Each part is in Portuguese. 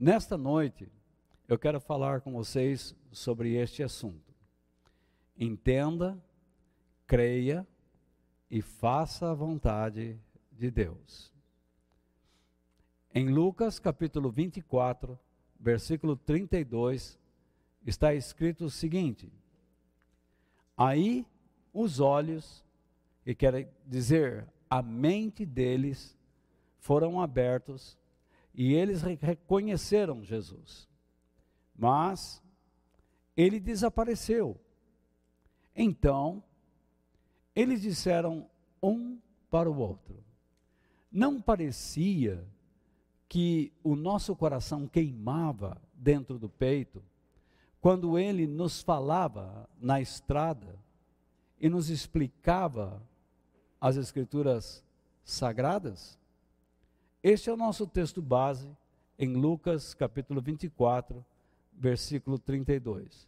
Nesta noite, eu quero falar com vocês sobre este assunto. Entenda, creia e faça a vontade de Deus. Em Lucas capítulo 24, versículo 32, está escrito o seguinte: aí os olhos, que quer dizer a mente deles, foram abertos e eles reconheceram Jesus. Mas ele desapareceu. Então, eles disseram um para o outro: não parecia que o nosso coração queimava dentro do peito, quando ele nos falava na estrada e nos explicava as Escrituras Sagradas? Este é o nosso texto base em Lucas capítulo 24, versículo 32.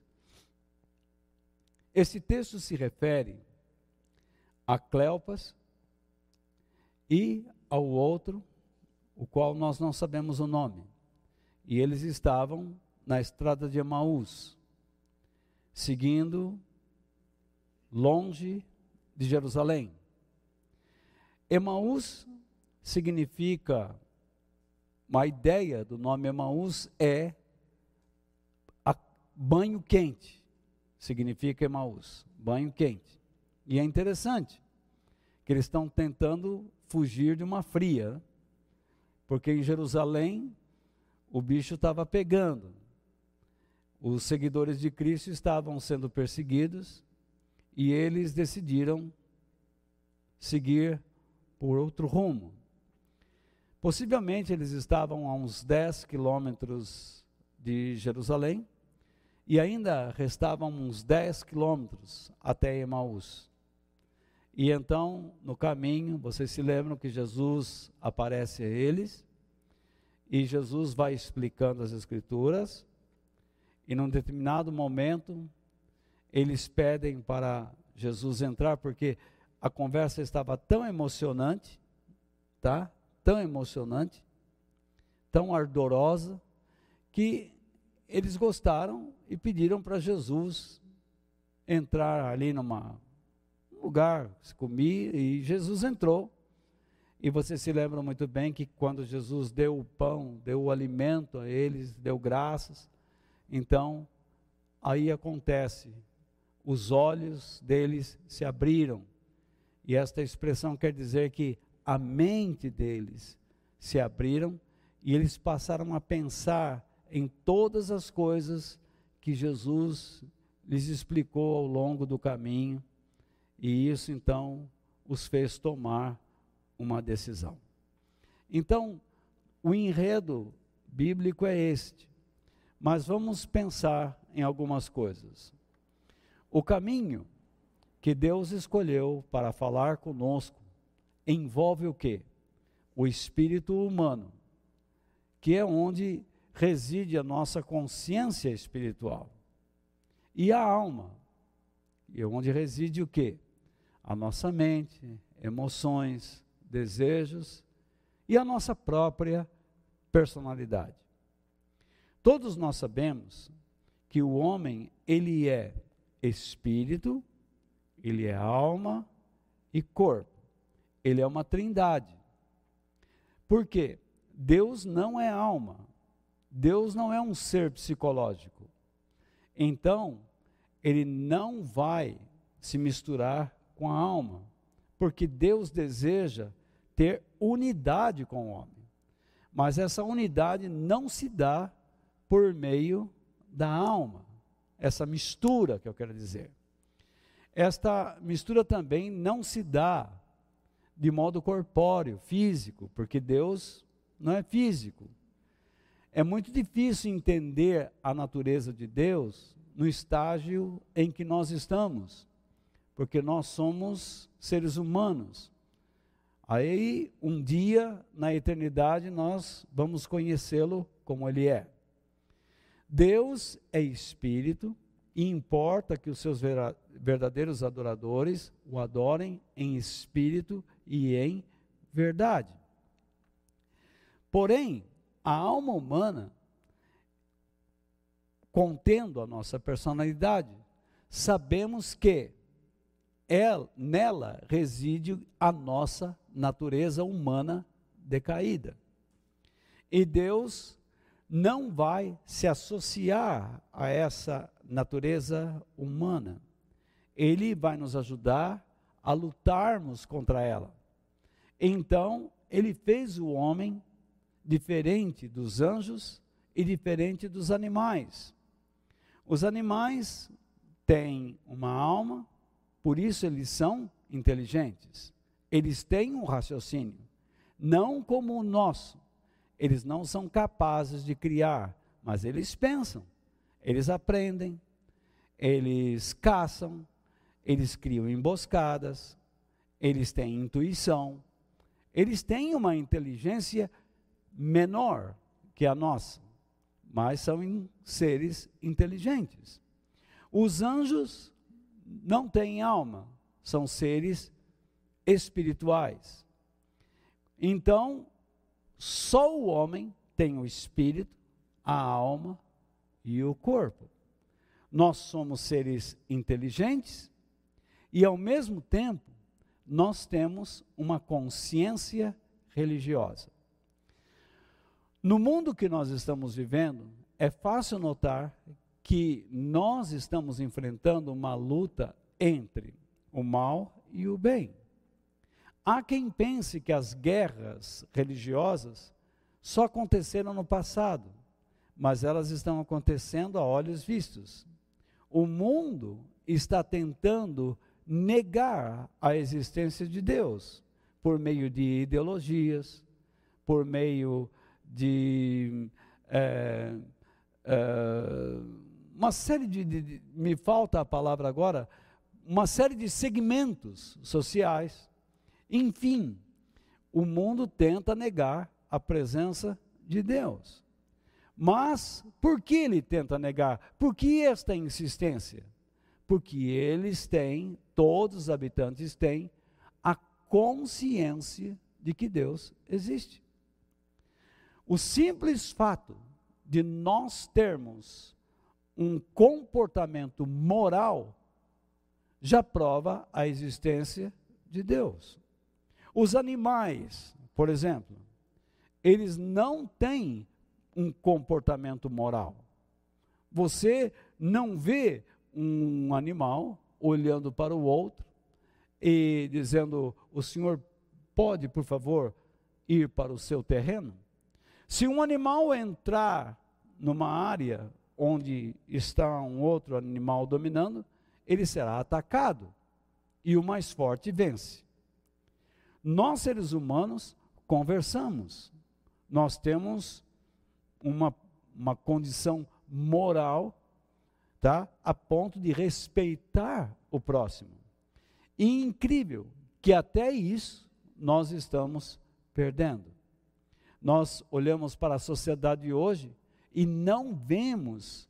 Esse texto se refere a Cleopas e ao outro, o qual nós não sabemos o nome. E eles estavam na estrada de Emaús, seguindo longe de Jerusalém. Emaús significa, uma ideia do nome Emaús é banho quente, significa Emaús, banho quente. E é interessante que eles estão tentando fugir de uma fria, porque em Jerusalém o bicho estava pegando. Os seguidores de Cristo estavam sendo perseguidos e eles decidiram seguir por outro rumo. Possivelmente eles estavam a uns 10 quilômetros de Jerusalém e ainda restavam uns 10 quilômetros até Emaús. E então, no caminho, vocês se lembram que Jesus aparece a eles e Jesus vai explicando as Escrituras e num determinado momento eles pedem para Jesus entrar, porque a conversa estava tão emocionante, tá? Tão emocionante, tão ardorosa, que eles gostaram e pediram para Jesus entrar ali num lugar, se comia, e Jesus entrou. E vocês se lembram muito bem que quando Jesus deu o pão, deu o alimento a eles, deu graças, então aí acontece, os olhos deles se abriram. E esta expressão quer dizer que a mente deles se abriram e eles passaram a pensar em todas as coisas que Jesus lhes explicou ao longo do caminho, e isso então os fez tomar uma decisão. Então, o enredo bíblico é este, mas vamos pensar em algumas coisas. O caminho que Deus escolheu para falar conosco envolve o quê? O espírito humano, que é onde reside a nossa consciência espiritual. E a alma, e é onde reside o quê? A nossa mente, emoções, desejos e a nossa própria personalidade. Todos nós sabemos que o homem, ele é espírito, ele é alma e corpo. Ele é uma trindade. Por quê? Deus não é alma. Deus não é um ser psicológico. Então, ele não vai se misturar com a alma, porque Deus deseja ter unidade com o homem. Mas essa unidade não se dá por meio da alma. Essa mistura que eu quero dizer. Esta mistura também não se dá de modo corpóreo, físico, porque Deus não é físico. É muito difícil entender a natureza de Deus no estágio em que nós estamos, porque nós somos seres humanos. Aí, um dia, na eternidade, nós vamos conhecê-lo como Ele é. Deus é Espírito, e importa que os seus verdadeiros adoradores o adorem em espírito e em verdade. Porém, a alma humana contendo a nossa personalidade, sabemos que nela reside a nossa natureza humana decaída. E Deus não vai se associar a essa natureza humana. Ele vai nos ajudar a lutarmos contra ela. Então, ele fez o homem diferente dos anjos e diferente dos animais. Os animais têm uma alma, por isso eles são inteligentes. Eles têm um raciocínio, não como o nosso. Eles não são capazes de criar, mas eles pensam, eles aprendem, eles caçam, eles criam emboscadas, eles têm intuição, eles têm uma inteligência menor que a nossa, mas são seres inteligentes. Os anjos não têm alma, são seres espirituais. Então, só o homem tem o espírito, a alma e o corpo. Nós somos seres inteligentes e, ao mesmo tempo, nós temos uma consciência religiosa. No mundo que nós estamos vivendo, é fácil notar que nós estamos enfrentando uma luta entre o mal e o bem. Há quem pense que as guerras religiosas só aconteceram no passado, mas elas estão acontecendo a olhos vistos. O mundo está tentando negar a existência de Deus, por meio de ideologias, por meio de uma série me falta a palavra agora, uma série de segmentos sociais. Enfim, o mundo tenta negar a presença de Deus. Mas, por que ele tenta negar? Por que esta insistência? Porque todos os habitantes têm a consciência de que Deus existe. O simples fato de nós termos um comportamento moral já prova a existência de Deus. Os animais, por exemplo, eles não têm um comportamento moral. Você não vê um animal olhando para o outro e dizendo: o senhor pode, por favor, ir para o seu terreno? Se um animal entrar numa área onde está um outro animal dominando, ele será atacado e o mais forte vence. Nós, seres humanos, conversamos. Nós temos uma condição moral, tá? A ponto de respeitar o próximo. E incrível que até isso nós estamos perdendo. Nós olhamos para a sociedade de hoje e não vemos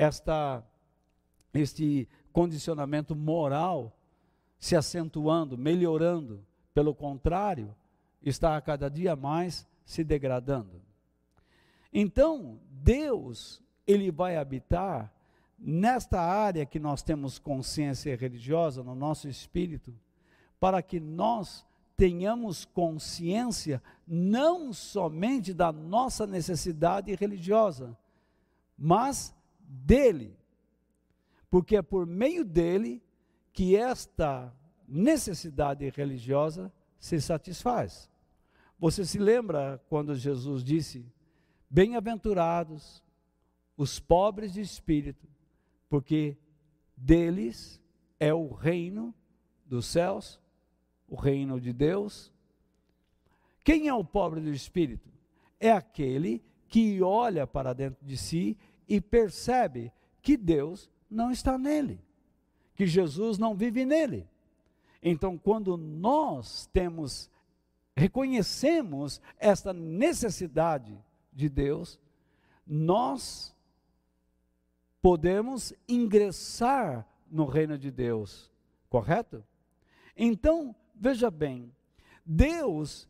este condicionamento moral se acentuando, melhorando. Pelo contrário, está a cada dia mais se degradando. Então, Deus, ele vai habitar nesta área que nós temos consciência religiosa, no nosso espírito, para que nós tenhamos consciência não somente da nossa necessidade religiosa, mas dele. Porque é por meio dele que esta necessidade religiosa se satisfaz. Você se lembra quando Jesus disse: bem-aventurados os pobres de espírito, porque deles é o reino dos céus, o reino de Deus. Quem é o pobre do espírito? É aquele que olha para dentro de si e percebe que Deus não está nele, que Jesus não vive nele. Então, quando nós reconhecemos esta necessidade de Deus, nós podemos ingressar no reino de Deus, correto? Então, veja bem, Deus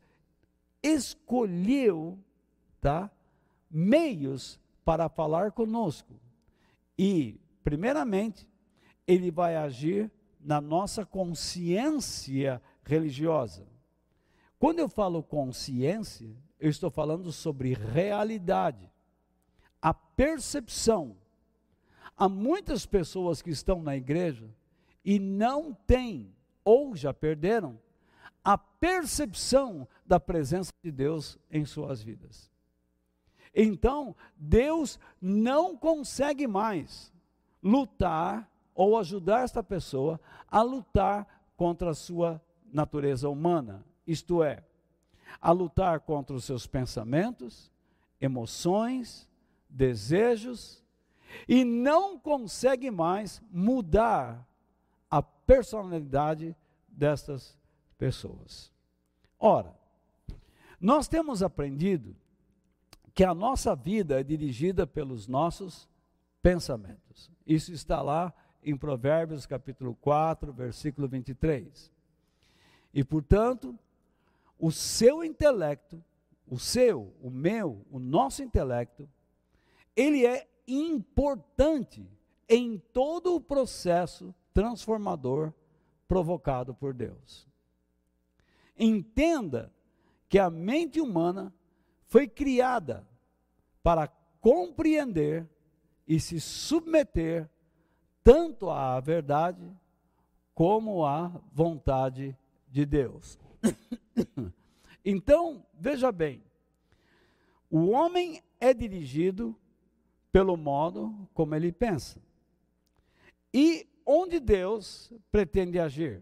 escolheu, tá, meios para falar conosco. E, primeiramente, ele vai agir na nossa consciência religiosa. Quando eu falo consciência, eu estou falando sobre realidade, a percepção. Há muitas pessoas que estão na igreja e não têm, ou já perderam, a percepção da presença de Deus em suas vidas. Então, Deus não consegue mais lutar ou ajudar esta pessoa a lutar contra a sua natureza humana, isto é, a lutar contra os seus pensamentos, emoções, desejos, e não consegue mais mudar a personalidade destas pessoas. Ora, nós temos aprendido que a nossa vida é dirigida pelos nossos pensamentos. Isso está lá em Provérbios capítulo 4, versículo 23. E, portanto, o seu intelecto, o meu, o nosso intelecto, ele é importante em todo o processo transformador provocado por Deus. Entenda que a mente humana foi criada para compreender e se submeter tanto à verdade como à vontade de Deus. Então, veja bem, o homem é dirigido pelo modo como ele pensa. E onde Deus pretende agir?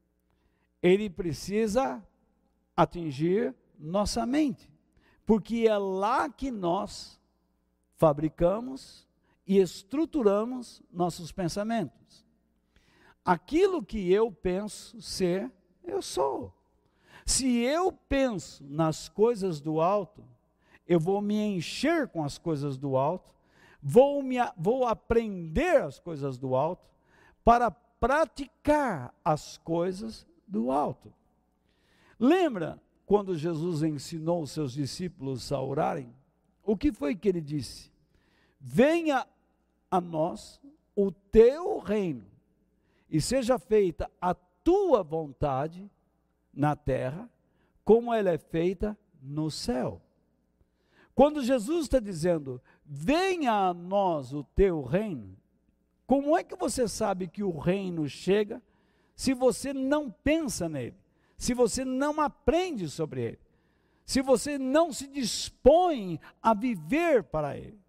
Ele precisa atingir nossa mente, porque é lá que nós fabricamos e estruturamos nossos pensamentos. Aquilo que eu penso ser, eu sou. Se eu penso nas coisas do alto, eu vou me encher com as coisas do alto, vou aprender as coisas do alto, para praticar as coisas do alto. Lembra quando Jesus ensinou os seus discípulos a orarem? O que foi que ele disse? Venha a nós o teu reino, e seja feita a tua vontade na terra, como ela é feita no céu. Quando Jesus está dizendo, venha a nós o teu reino, como é que você sabe que o reino chega se você não pensa nele, se você não aprende sobre ele, se você não se dispõe a viver para ele?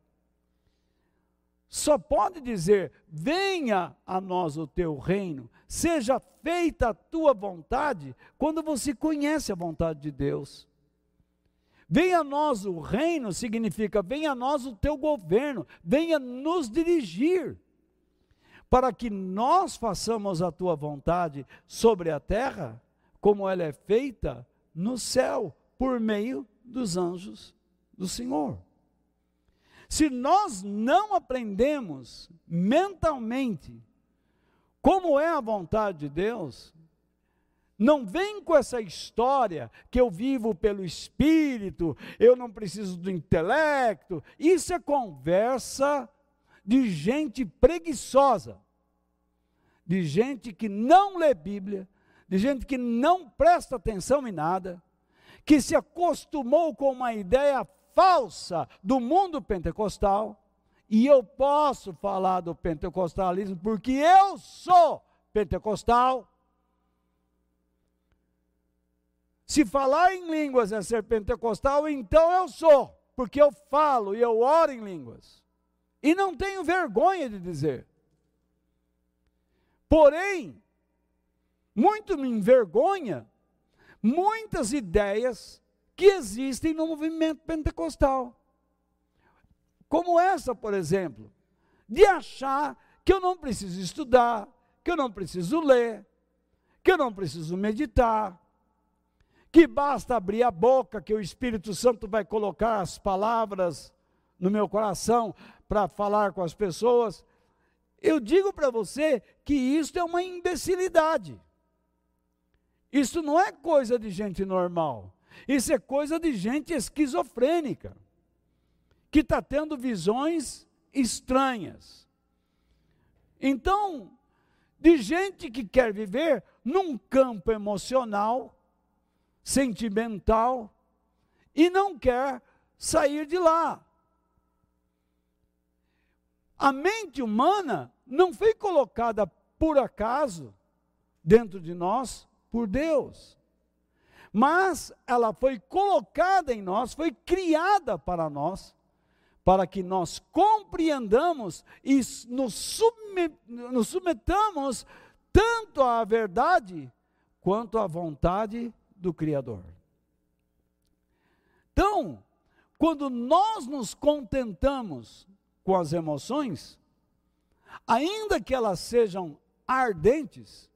Só pode dizer, venha a nós o teu reino, seja feita a tua vontade, quando você conhece a vontade de Deus. Venha a nós o reino significa, venha a nós o teu governo, venha nos dirigir, para que nós façamos a tua vontade sobre a terra, como ela é feita no céu, por meio dos anjos do Senhor. Se nós não aprendemos mentalmente como é a vontade de Deus, não vem com essa história que eu vivo pelo Espírito, eu não preciso do intelecto. Isso é conversa de gente preguiçosa, de gente que não lê Bíblia, de gente que não presta atenção em nada, que se acostumou com uma ideia falsa do mundo pentecostal, e eu posso falar do pentecostalismo porque eu sou pentecostal. Se falar em línguas é ser pentecostal, então eu sou, porque eu falo e eu oro em línguas. E não tenho vergonha de dizer. Porém, muito me envergonha muitas ideias que existem no movimento pentecostal. Como essa, por exemplo, de achar que eu não preciso estudar, que eu não preciso ler, que eu não preciso meditar, que basta abrir a boca, que o Espírito Santo vai colocar as palavras no meu coração para falar com as pessoas. Eu digo para você que isso é uma imbecilidade. Isso não é coisa de gente normal. Isso é coisa de gente esquizofrênica, que está tendo visões estranhas. Então, de gente que quer viver num campo emocional, sentimental, e não quer sair de lá. A mente humana não foi colocada por acaso dentro de nós por Deus, mas ela foi colocada em nós, foi criada para nós, para que nós compreendamos e nos submetamos tanto à verdade quanto à vontade do Criador. Então, quando nós nos contentamos com as emoções, ainda que elas sejam ardentes,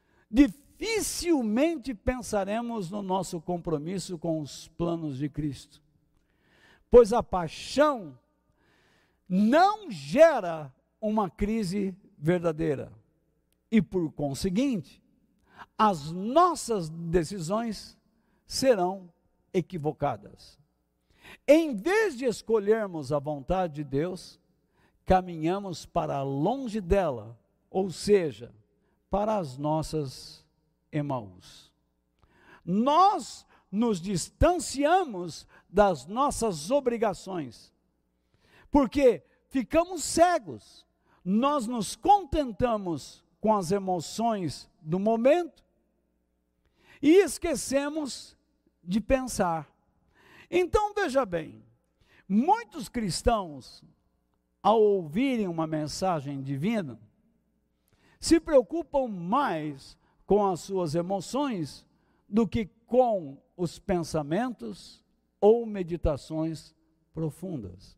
dificilmente pensaremos no nosso compromisso com os planos de Cristo. Pois a paixão não gera uma crise verdadeira. E por conseguinte, as nossas decisões serão equivocadas. Em vez de escolhermos a vontade de Deus, caminhamos para longe dela, ou seja, para as nossas Emaús. Nós nos distanciamos das nossas obrigações, porque ficamos cegos, nós nos contentamos com as emoções do momento e esquecemos de pensar. Então veja bem, muitos cristãos, ao ouvirem uma mensagem divina, se preocupam mais com as suas emoções do que com os pensamentos ou meditações profundas.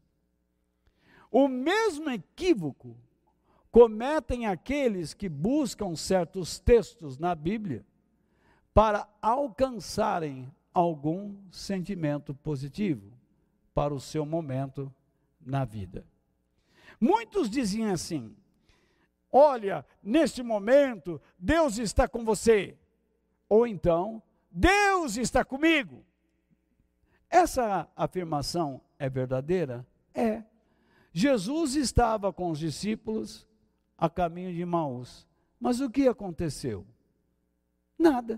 O mesmo equívoco cometem aqueles que buscam certos textos na Bíblia para alcançarem algum sentimento positivo para o seu momento na vida. Muitos dizem assim: olha, neste momento Deus está com você, ou então, Deus está comigo. Essa afirmação é verdadeira? É. Jesus estava com os discípulos a caminho de Emaús, mas o que aconteceu? Nada.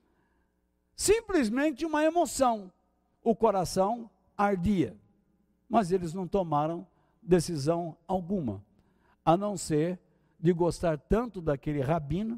Simplesmente uma emoção, o coração ardia, mas eles não tomaram decisão alguma, a não ser de gostar tanto daquele rabino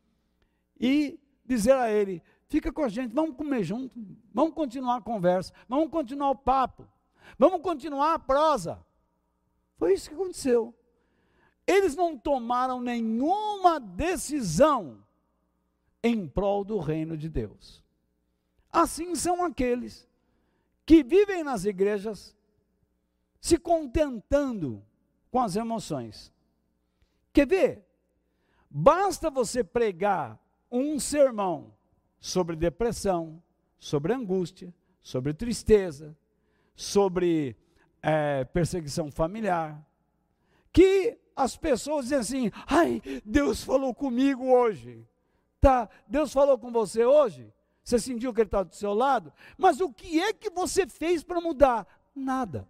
e dizer a ele: fica com a gente, vamos comer junto, vamos continuar a conversa, vamos continuar o papo, vamos continuar a prosa. Foi isso que aconteceu. Eles não tomaram nenhuma decisão em prol do reino de Deus. Assim são aqueles que vivem nas igrejas se contentando com as emoções. Quer ver? Basta você pregar um sermão sobre depressão, sobre angústia, sobre tristeza, sobre perseguição familiar, que as pessoas dizem assim: ai, Deus falou comigo hoje. Tá, Deus falou com você hoje? Você sentiu que Ele está do seu lado? Mas o que é que você fez para mudar? Nada.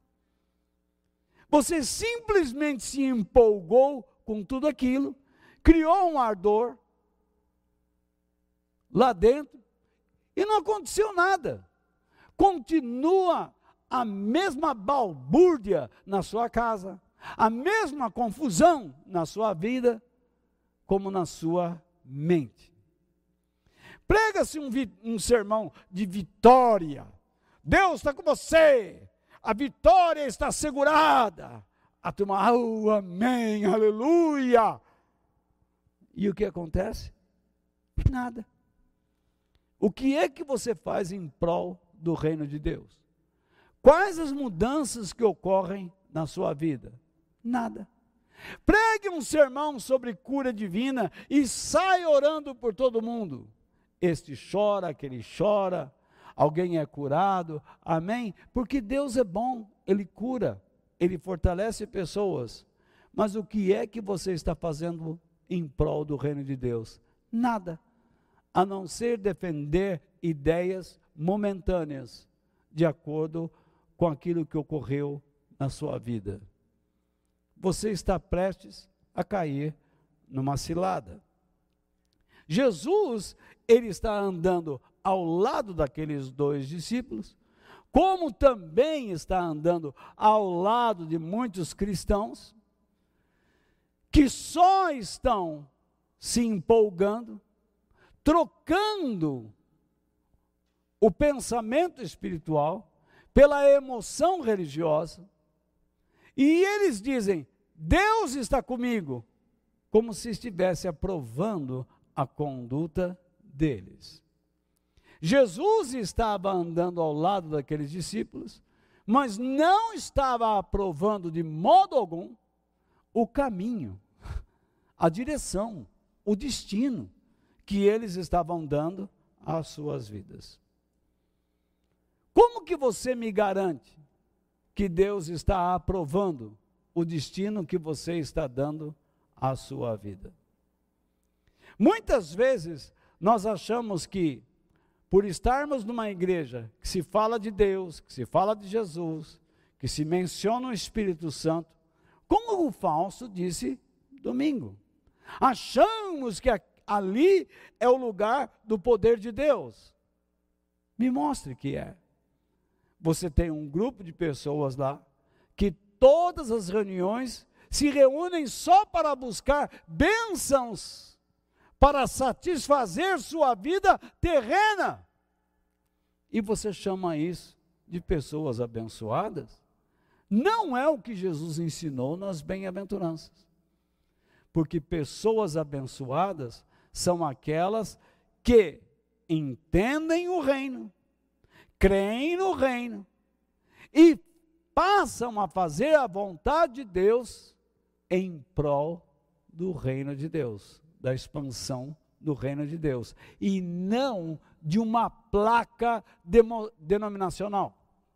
Você simplesmente se empolgou com tudo aquilo, criou um ardor lá dentro e não aconteceu nada. Continua a mesma balbúrdia na sua casa, a mesma confusão na sua vida, como na sua mente. Prega-se um sermão de vitória. Deus está com você, a vitória está assegurada. A turma, oh, amém, aleluia. E o que acontece? Nada. O que é que você faz em prol do reino de Deus? Quais as mudanças que ocorrem na sua vida? Nada. Pregue um sermão sobre cura divina e sai orando por todo mundo. Este chora, aquele chora, alguém é curado, amém? Porque Deus é bom, Ele cura, Ele fortalece pessoas. Mas o que é que você está fazendo em prol do reino de Deus? Nada, a não ser defender ideias momentâneas, de acordo com aquilo que ocorreu na sua vida. Você está prestes a cair numa cilada. Jesus, ele está andando ao lado daqueles 2 discípulos, como também está andando ao lado de muitos cristãos, que só estão se empolgando, trocando o pensamento espiritual pela emoção religiosa, e eles dizem, Deus está comigo, como se estivesse aprovando a conduta deles. Jesus estava andando ao lado daqueles discípulos, mas não estava aprovando de modo algum o caminho, a direção, o destino que eles estavam dando às suas vidas. Como que você me garante que Deus está aprovando o destino que você está dando à sua vida? Muitas vezes nós achamos que, por estarmos numa igreja que se fala de Deus, que se fala de Jesus, que se menciona o Espírito Santo, como o Fausto disse domingo, achamos que ali é o lugar do poder de Deus. Me mostre que é. Você tem um grupo de pessoas lá, que todas as reuniões se reúnem só para buscar bênçãos, para satisfazer sua vida terrena. E você chama isso de pessoas abençoadas? Não é o que Jesus ensinou nas bem-aventuranças. Porque pessoas abençoadas são aquelas que entendem o reino, creem no reino e passam a fazer a vontade de Deus em prol do reino de Deus, da expansão do reino de Deus, e não de uma placa denominacional.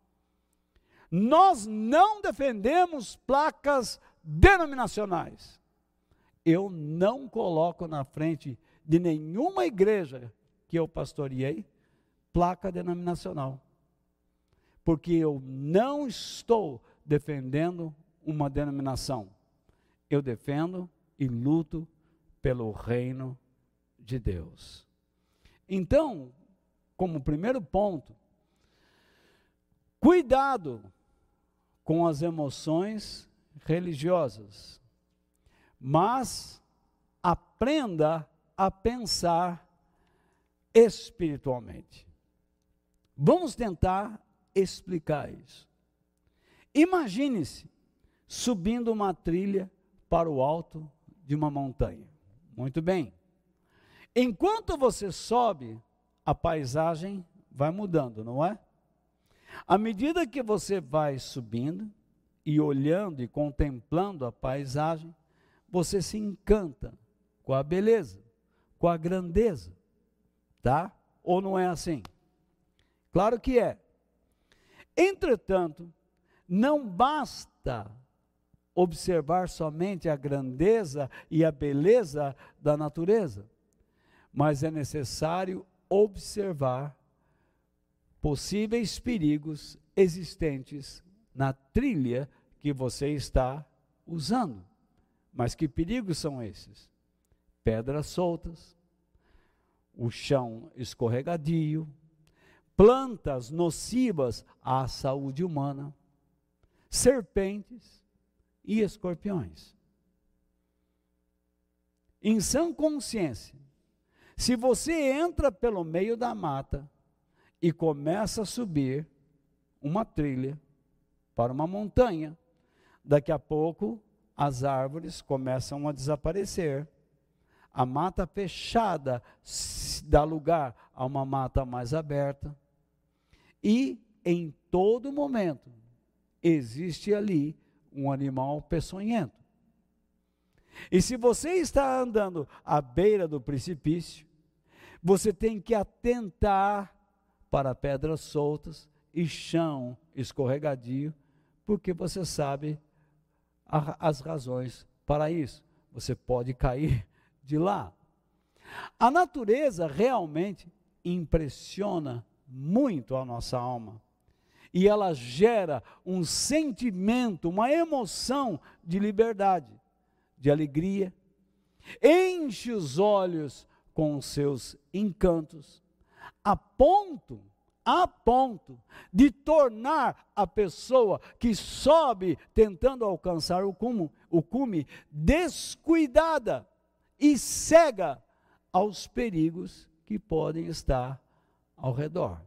Nós não defendemos placas denominacionais. Eu não coloco na frente de nenhuma igreja que eu pastoreei placa denominacional, porque eu não estou defendendo uma denominação. Eu defendo e luto pelo reino de Deus. Então, como primeiro ponto, cuidado com as emoções religiosas, mas aprenda a pensar espiritualmente. Vamos tentar explicar isso. Imagine-se subindo uma trilha para o alto de uma montanha. Muito bem. Enquanto você sobe, a paisagem vai mudando, não é? À medida que você vai subindo e olhando e contemplando a paisagem, você se encanta com a beleza, com a grandeza, tá? Ou não é assim? Claro que é. Entretanto, não basta observar somente a grandeza e a beleza da natureza, mas é necessário observar possíveis perigos existentes na trilha que você está usando. Mas que perigos são esses? Pedras soltas, o chão escorregadio, plantas nocivas à saúde humana, serpentes e escorpiões. Em sã consciência, se você entra pelo meio da mata e começa a subir uma trilha para uma montanha, daqui a pouco as árvores começam a desaparecer, a mata fechada dá lugar a uma mata mais aberta, e em todo momento existe ali um animal peçonhento. E se você está andando à beira do precipício, você tem que atentar para pedras soltas e chão escorregadio, porque você sabe as razões para isso. Você pode cair de lá. A natureza realmente impressiona muito a nossa alma. E ela gera um sentimento, uma emoção de liberdade, de alegria, enche os olhos com os seus encantos, a ponto de tornar a pessoa que sobe tentando alcançar o cume descuidada e cega aos perigos que podem estar ao redor.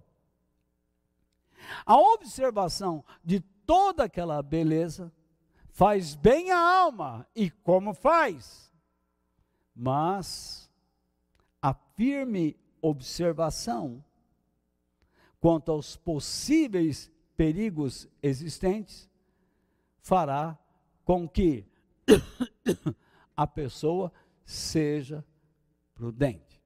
A observação de toda aquela beleza faz bem à alma, e como faz? Mas a firme observação quanto aos possíveis perigos existentes fará com que a pessoa seja prudente.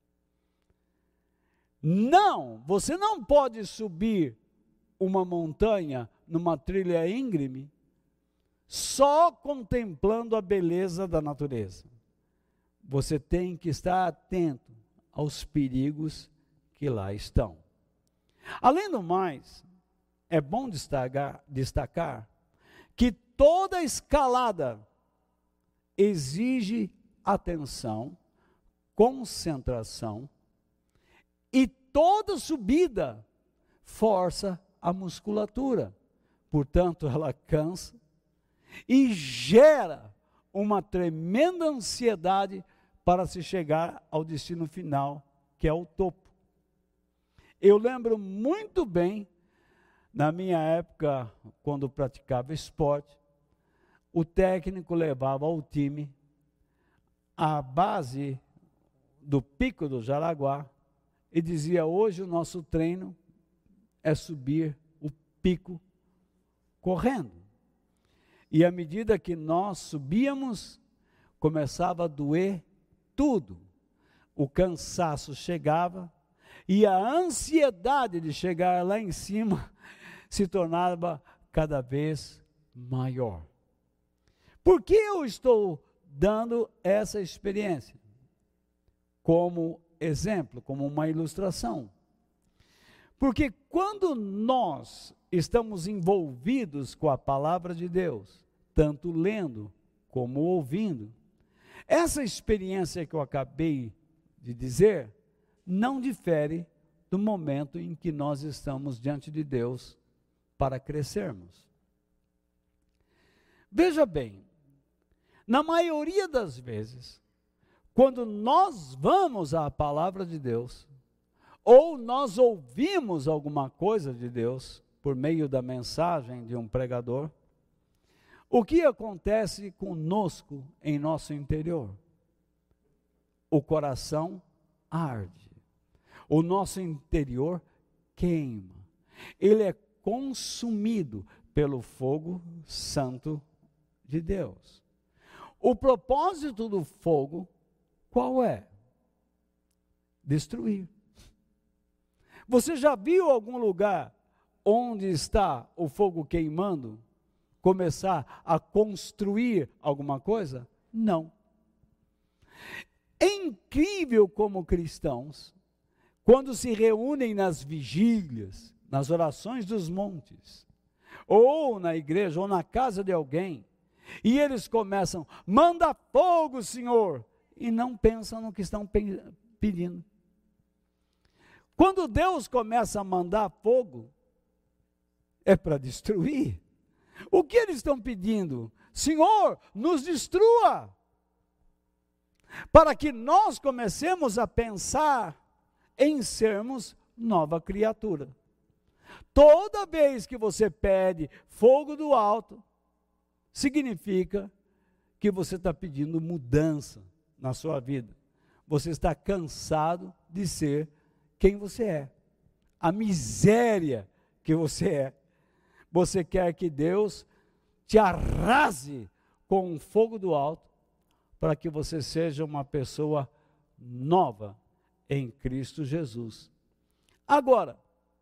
Não, você não pode subir uma montanha numa trilha íngreme só contemplando a beleza da natureza. Você tem que estar atento aos perigos que lá estão. Além do mais, é bom destacar que toda escalada exige atenção, concentração, e toda subida força a musculatura. Portanto, ela cansa e gera uma tremenda ansiedade para se chegar ao destino final, que é o topo. Eu lembro muito bem, na minha época, quando praticava esporte, o técnico levava o time à base do Pico do Jaraguá e dizia: hoje o nosso treino é subir o pico correndo. E à medida que nós subíamos, começava a doer tudo. O cansaço chegava e a ansiedade de chegar lá em cima se tornava cada vez maior. Por que eu estou dando essa experiência como exemplo, como uma ilustração? Porque quando nós estamos envolvidos com a palavra de Deus, tanto lendo como ouvindo, essa experiência que eu acabei de dizer não difere do momento em que nós estamos diante de Deus para crescermos. Veja bem, na maioria das vezes, quando nós vamos à palavra de Deus, ou nós ouvimos alguma coisa de Deus por meio da mensagem de um pregador, o que acontece conosco em nosso interior? O coração arde, o nosso interior queima, ele é consumido pelo fogo santo de Deus. O propósito do fogo, qual é? Destruir. Você já viu algum lugar onde está o fogo queimando começar a construir alguma coisa? Não. É incrível como cristãos, quando se reúnem nas vigílias, nas orações dos montes, ou na igreja, ou na casa de alguém, e eles começam: manda fogo, Senhor, e não pensam no que estão pedindo. Quando Deus começa a mandar fogo, é para destruir. O que eles estão pedindo? Senhor, nos destrua, para que nós comecemos a pensar em sermos nova criatura. Toda vez que você pede fogo do alto, significa que você está pedindo mudança na sua vida. Você está cansado de ser quem você é, a miséria que você é. Você quer que Deus te arrase com o fogo do alto, para que você seja uma pessoa nova em Cristo Jesus. Agora,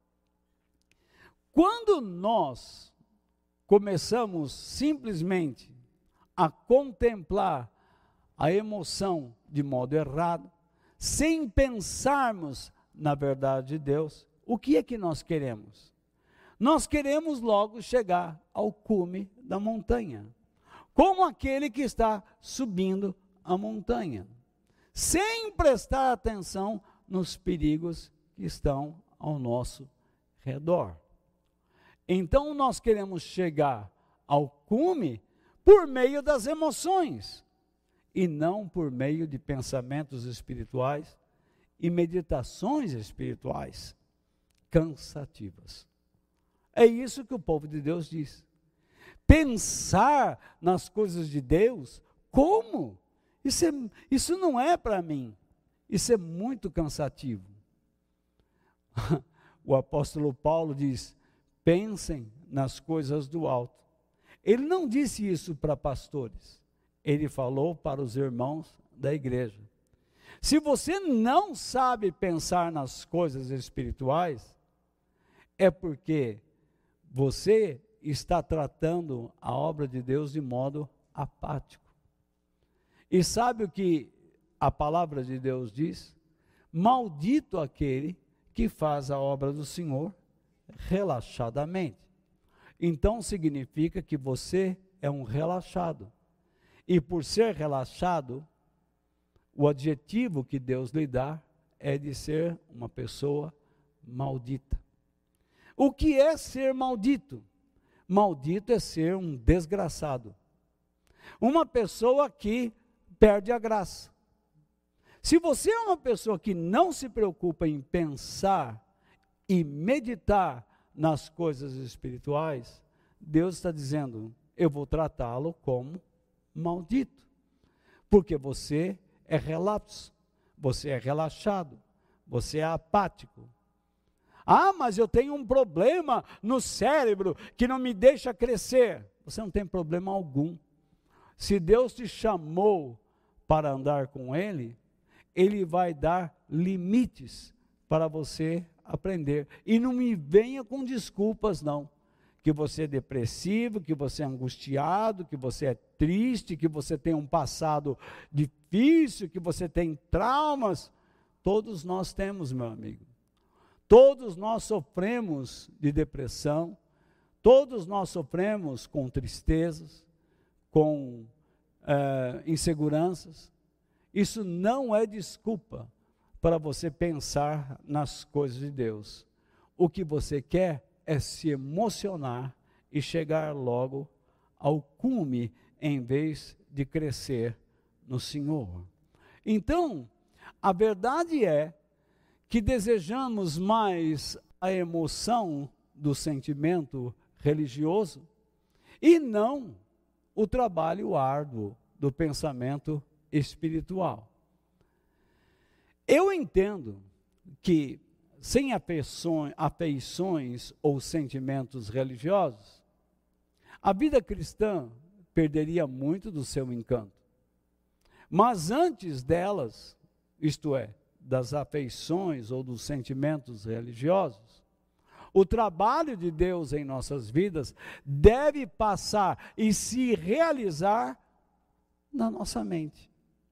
quando nós começamos simplesmente a contemplar a emoção de modo errado, sem pensarmos na verdade de Deus, o que é que nós queremos? Nós queremos logo chegar ao cume da montanha. como aquele que está subindo a montanha, sem prestar atenção nos perigos que estão ao nosso redor. Então nós queremos chegar ao cume por meio das emoções, e não por meio de pensamentos espirituais e meditações espirituais cansativas. É isso que o povo de Deus diz. Pensar nas coisas de Deus, como? Isso não é para mim. Isso é muito cansativo. O apóstolo Paulo diz: pensem nas coisas do alto. Ele não disse isso para pastores. Ele falou para os irmãos da igreja. Se você não sabe pensar nas coisas espirituais, é porque você está tratando a obra de Deus de modo apático. E sabe o que a palavra de Deus diz? Maldito aquele que faz a obra do Senhor relaxadamente. Então significa que você é um relaxado. E por ser relaxado, o adjetivo que Deus lhe dá é de ser uma pessoa maldita. O que é ser maldito? Maldito é ser um desgraçado. Uma pessoa que perde a graça. Se você é uma pessoa que não se preocupa em pensar e meditar nas coisas espirituais, Deus está dizendo: eu vou tratá-lo como maldito, porque você é relapso, você é relaxado, você é apático. Ah, mas eu tenho um problema no cérebro que não me deixa crescer. Você não tem problema algum. Se Deus te chamou para andar com Ele, Ele vai dar limites para você aprender. E não me venha com desculpas, não. Que você é depressivo, que você é angustiado, que você é triste, que você tem um passado difícil, que você tem traumas. Todos nós temos, meu amigo. Todos nós sofremos de depressão, todos nós sofremos com tristezas, com inseguranças. Isso não é desculpa para você pensar nas coisas de Deus. O que você quer é se emocionar e chegar logo ao cume, em vez de crescer no Senhor. Então, a verdade é que desejamos mais a emoção do sentimento religioso e não o trabalho árduo do pensamento espiritual. Eu entendo que sem afeições ou sentimentos religiosos, a vida cristã perderia muito do seu encanto. Mas antes delas, isto é, das afeições ou dos sentimentos religiosos, o trabalho de Deus em nossas vidas deve passar e se realizar na nossa mente.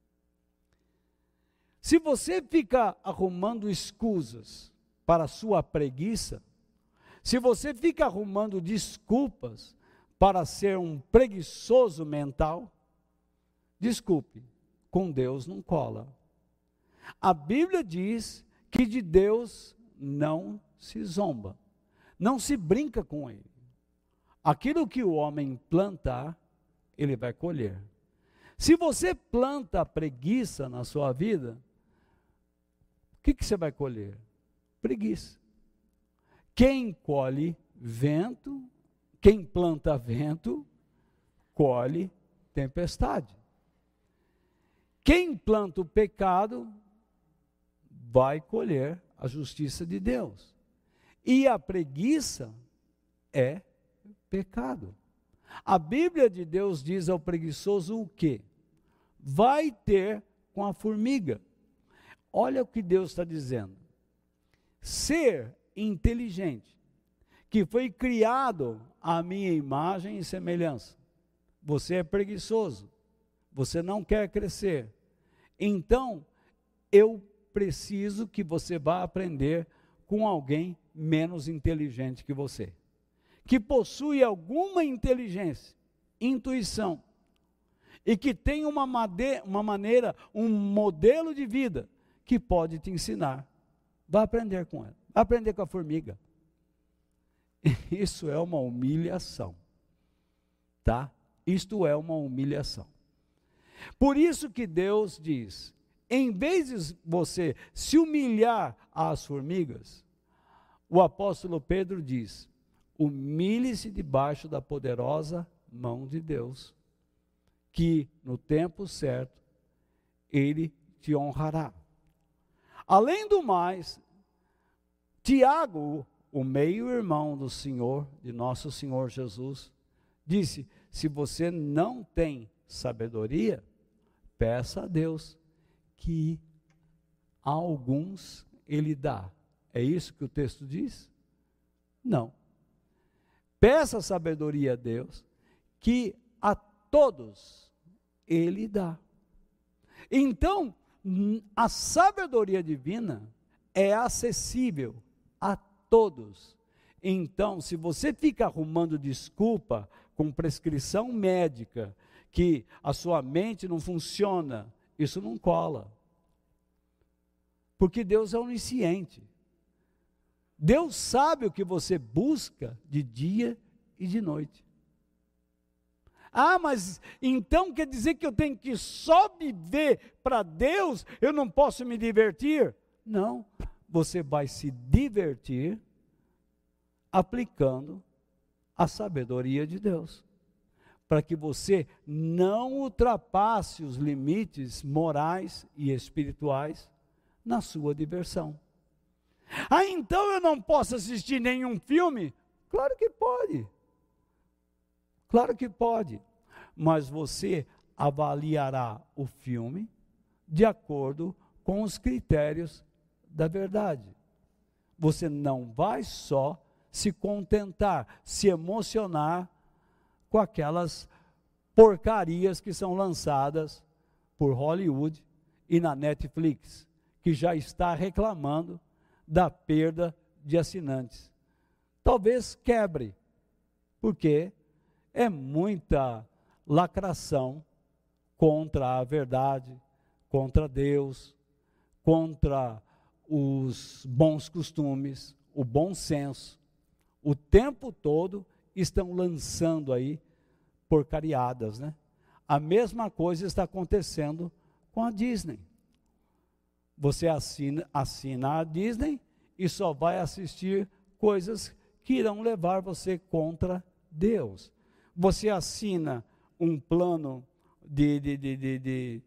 Se você fica arrumando escusas para a sua preguiça, se você fica arrumando desculpas para ser um preguiçoso mental, desculpe, com Deus não cola. A Bíblia diz que de Deus não se zomba, não se brinca com Ele. Aquilo que o homem plantar, ele vai colher. Se você planta a preguiça na sua vida, o que você vai colher? Preguiça. Quem colhe vento, quem planta vento, colhe tempestade. Quem planta o pecado, vai colher a justiça de Deus. E a preguiça é pecado. A Bíblia de Deus diz ao preguiçoso o quê? Vai ter com a formiga. Olha o que Deus está dizendo. Ser inteligente, que foi criado à minha imagem e semelhança. Você é preguiçoso, você não quer crescer. Então, eu preciso que você vá aprender com alguém menos inteligente que você, que possui alguma inteligência, intuição, e que tem uma maneira, um modelo de vida que pode te ensinar. Vai aprender com ela, vai aprender com a formiga. Isso é uma humilhação, tá? Isto é uma humilhação. Por isso que Deus diz, em vez de você se humilhar às formigas, o apóstolo Pedro diz, humilhe-se debaixo da poderosa mão de Deus, que no tempo certo, Ele te honrará. Além do mais, Tiago, o meio-irmão do Senhor, de nosso Senhor Jesus, disse, se você não tem sabedoria, peça a Deus, que a alguns Ele dá. É isso que o texto diz? Não. Peça sabedoria a Deus, que a todos Ele dá. Então, a sabedoria divina é acessível a todos. Então, se você fica arrumando desculpa com prescrição médica, que a sua mente não funciona, isso não cola. Porque Deus é onisciente. Deus sabe o que você busca de dia e de noite. Ah, mas então quer dizer que eu tenho que só viver para Deus? Eu não posso me divertir? Não, você vai se divertir aplicando a sabedoria de Deus, para que você não ultrapasse os limites morais e espirituais na sua diversão. Ah, então eu não posso assistir nenhum filme? Claro que pode. Claro que pode. Mas você avaliará o filme de acordo com os critérios da verdade. Você não vai só se contentar, se emocionar com aquelas porcarias que são lançadas por Hollywood e na Netflix, que já está reclamando da perda de assinantes. Talvez quebre, porque é muita lacração contra a verdade, contra Deus, contra os bons costumes, o bom senso. O tempo todo estão lançando aí porcariadas, né? A mesma coisa está acontecendo com a Disney. Você assina a Disney e só vai assistir coisas que irão levar você contra Deus. Você assina um plano de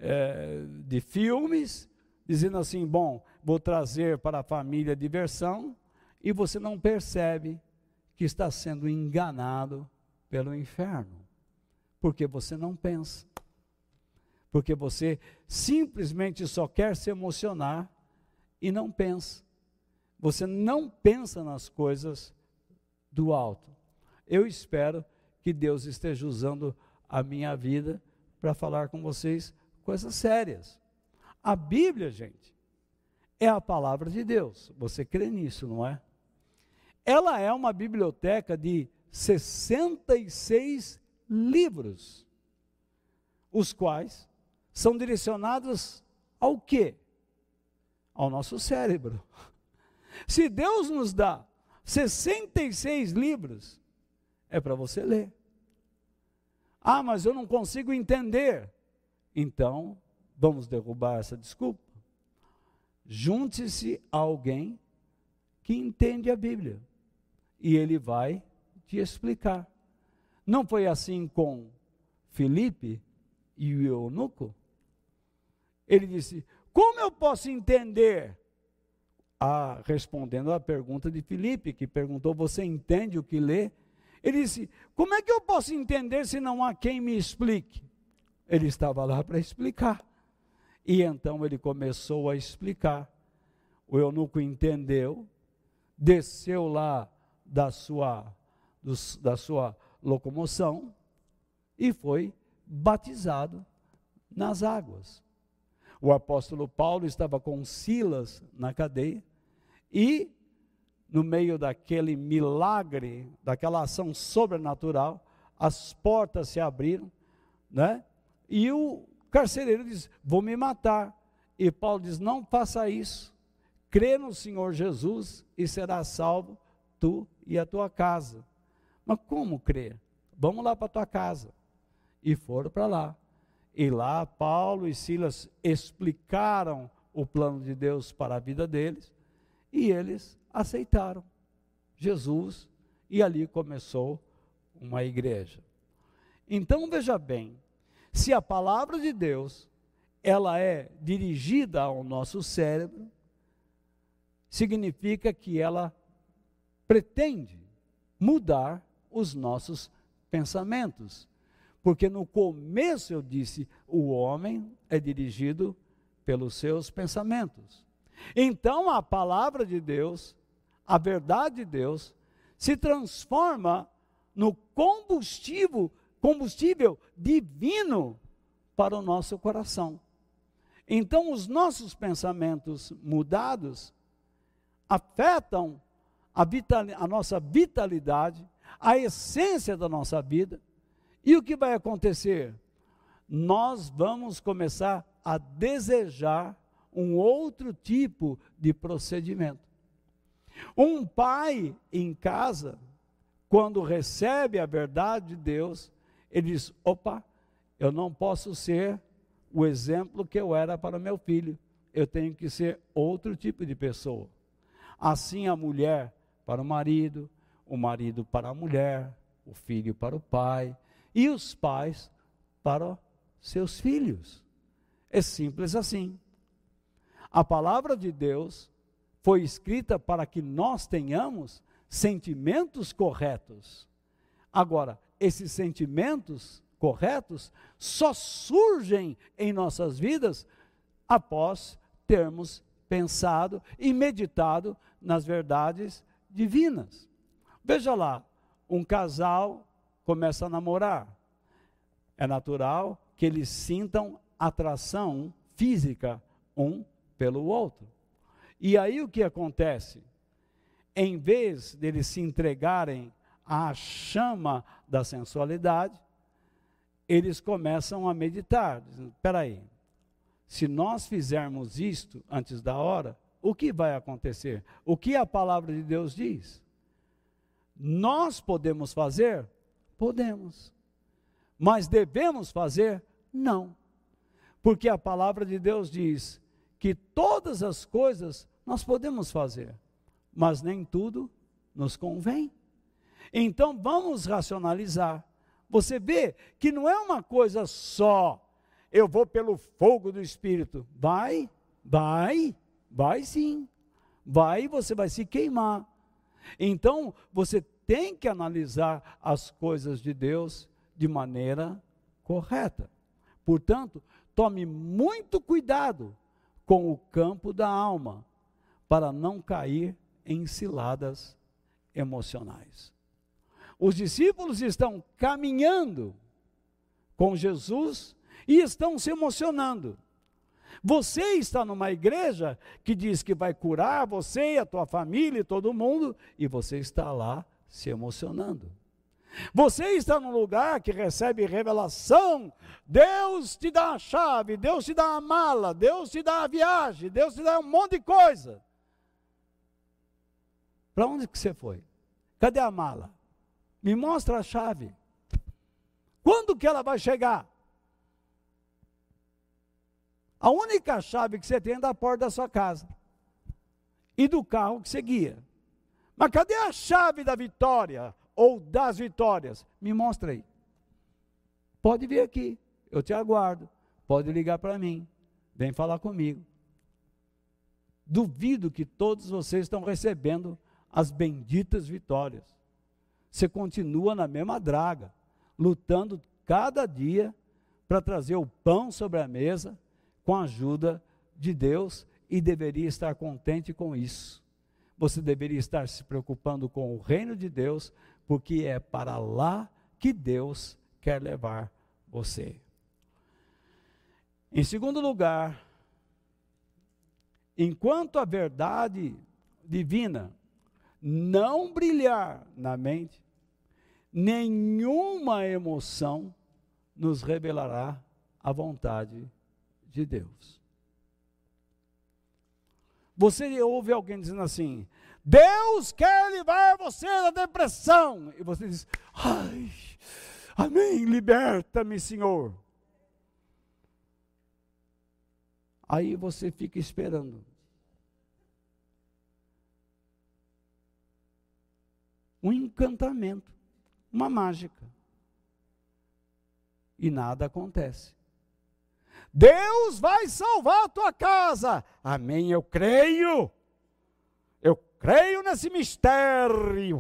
filmes, dizendo assim, bom, vou trazer para a família diversão, e você não percebe que está sendo enganado pelo inferno, porque você não pensa. Porque você simplesmente só quer se emocionar e não pensa. Você não pensa nas coisas do alto. Eu espero que Deus esteja usando a minha vida para falar com vocês coisas sérias. A Bíblia, gente, é a palavra de Deus. Você crê nisso, não é? Ela é uma biblioteca de 66 livros, os quais são direcionados ao quê? Ao nosso cérebro. Se Deus nos dá 66 livros, é para você ler. Ah, mas eu não consigo entender. Então, vamos derrubar essa desculpa. Junte-se a alguém que entende a Bíblia, e ele vai te explicar. Não foi assim com Filipe e o eunuco? Ele disse, como eu posso entender? Respondendo à pergunta de Filipe, que perguntou, você entende o que lê? Ele disse, como é que eu posso entender se não há quem me explique? Ele estava lá para explicar. E então ele começou a explicar. O eunuco entendeu, desceu lá da sua locomoção e foi batizado nas águas. O apóstolo Paulo estava com Silas na cadeia e, no meio daquele milagre, daquela ação sobrenatural, as portas se abriram, né? E o carcereiro diz: vou me matar. E Paulo diz: não faça isso. Crê no Senhor Jesus e serás salvo, tu e a tua casa. Mas como crer? Vamos lá para a tua casa. E foram para lá. E lá Paulo e Silas explicaram o plano de Deus para a vida deles, e eles aceitaram Jesus, e ali começou uma igreja. Então veja bem, se a palavra de Deus, ela é dirigida ao nosso cérebro, significa que ela pretende mudar os nossos pensamentos. Porque no começo eu disse, o homem é dirigido pelos seus pensamentos. Então a palavra de Deus, a verdade de Deus, se transforma no combustível divino para o nosso coração. Então os nossos pensamentos mudados afetam a nossa vitalidade, a essência da nossa vida. E o que vai acontecer? Nós vamos começar a desejar um outro tipo de procedimento. Um pai em casa, quando recebe a verdade de Deus, ele diz: opa, eu não posso ser o exemplo que eu era para meu filho, eu tenho que ser outro tipo de pessoa. Assim a mulher para o marido para a mulher, o filho para o pai, e os pais para seus filhos. É simples assim. A palavra de Deus foi escrita para que nós tenhamos sentimentos corretos. Agora, esses sentimentos corretos só surgem em nossas vidas após termos pensado e meditado nas verdades divinas. Veja lá, um casal começa a namorar. É natural que eles sintam atração física um pelo outro. E aí o que acontece? Em vez deles se entregarem à chama da sensualidade, eles começam a meditar, dizendo: espera aí, se nós fizermos isto antes da hora, o que vai acontecer? O que a palavra de Deus diz? Nós podemos fazer? Podemos. Mas devemos fazer? Não. Porque a palavra de Deus diz que todas as coisas nós podemos fazer, mas nem tudo nos convém. Então vamos racionalizar. Você vê que não é uma coisa só, eu vou pelo fogo do Espírito. Vai sim. Vai, você vai se queimar. Então, você tem que analisar as coisas de Deus de maneira correta. Portanto, tome muito cuidado com o campo da alma, para não cair em ciladas emocionais. Os discípulos estão caminhando com Jesus e estão se emocionando. Você está numa igreja que diz que vai curar você e a tua família e todo mundo, e você está lá se emocionando. Você está num lugar que recebe revelação, Deus te dá a chave, Deus te dá a mala, Deus te dá a viagem, Deus te dá um monte de coisa. Para onde que você foi? Cadê a mala? Me mostra a chave. Quando que ela vai chegar? A única chave que você tem é da porta da sua casa e do carro que você guia. Mas cadê a chave da vitória ou das vitórias? Me mostra aí. Pode vir aqui, eu te aguardo. Pode ligar para mim, vem falar comigo. Duvido que todos vocês estão recebendo as benditas vitórias. Você continua na mesma draga, lutando cada dia para trazer o pão sobre a mesa, com a ajuda de Deus, e deveria estar contente com isso. Você deveria estar se preocupando com o reino de Deus, porque é para lá que Deus quer levar você. Em segundo lugar, enquanto a verdade divina não brilhar na mente, nenhuma emoção nos revelará a vontade de Deus. Você ouve alguém dizendo assim: Deus quer livrar você da depressão. E você diz: ai, amém, liberta-me, Senhor. Aí você fica esperando. Um encantamento, uma mágica. E nada acontece. Deus vai salvar a tua casa. Amém, eu creio. Eu creio nesse mistério.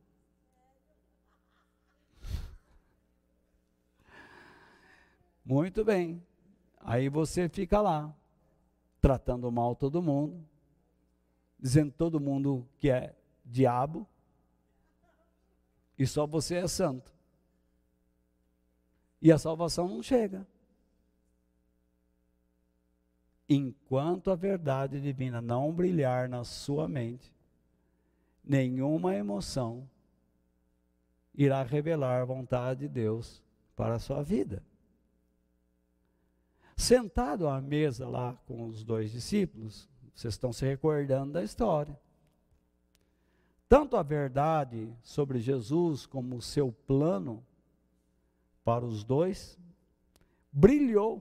Muito bem. Aí você fica lá, tratando mal todo mundo, dizendo todo mundo que é diabo, e só você é santo. E a salvação não chega. Enquanto a verdade divina não brilhar na sua mente, nenhuma emoção irá revelar a vontade de Deus para a sua vida. Sentado à mesa lá com os 2 discípulos, vocês estão se recordando da história. Tanto a verdade sobre Jesus como o seu plano para os 2 brilhou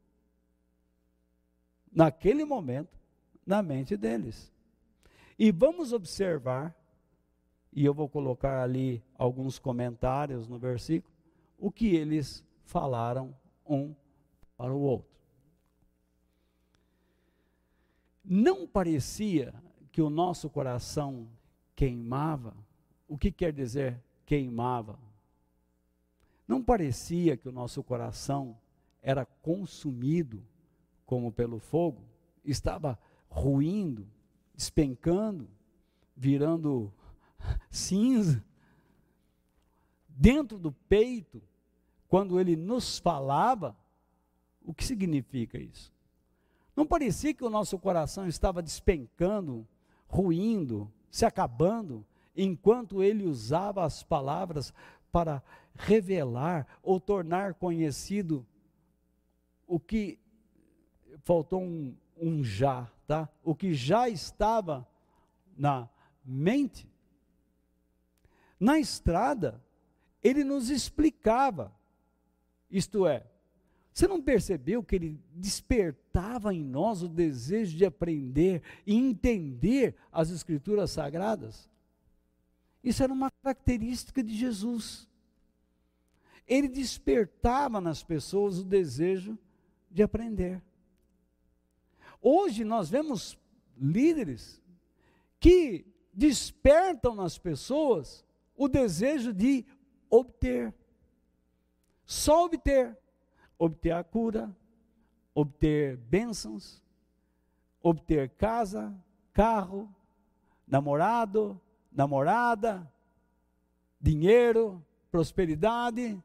naquele momento na mente deles. E vamos observar, e eu vou colocar ali alguns comentários no versículo, o que eles falaram um para o outro. Não parecia que o nosso coração queimava? O que quer dizer queimava? Não parecia que o nosso coração era consumido como pelo fogo? Estava ruindo, despencando, virando cinza? Dentro do peito, quando ele nos falava, o que significa isso? Não parecia que o nosso coração estava despencando, ruindo, se acabando, enquanto ele usava as palavras para revelar ou tornar conhecido o que faltou um já, tá? O que já estava na mente. Na estrada, ele nos explicava, isto é, você não percebeu que ele despertava em nós o desejo de aprender e entender as Escrituras Sagradas? Isso era uma característica de Jesus. Ele despertava nas pessoas o desejo de aprender. Hoje nós vemos líderes que despertam nas pessoas o desejo de obter. Só obter. Obter a cura, obter bênçãos, obter casa, carro, namorado, namorada, dinheiro, prosperidade.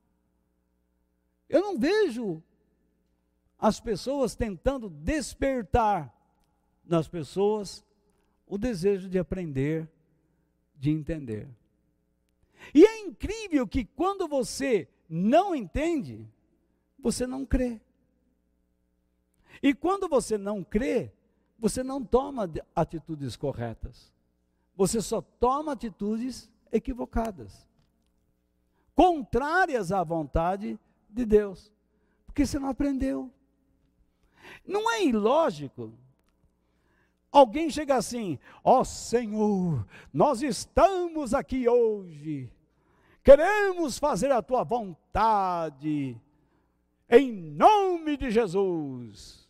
Eu não vejo as pessoas tentando despertar nas pessoas o desejo de aprender, de entender. E é incrível que quando você não entende, você não crê. E quando você não crê, você não toma atitudes corretas. Você só toma atitudes equivocadas, contrárias à vontade de Deus, porque você não aprendeu. Não é ilógico alguém chega assim: ó Senhor, nós estamos aqui hoje, queremos fazer a tua vontade, em nome de Jesus.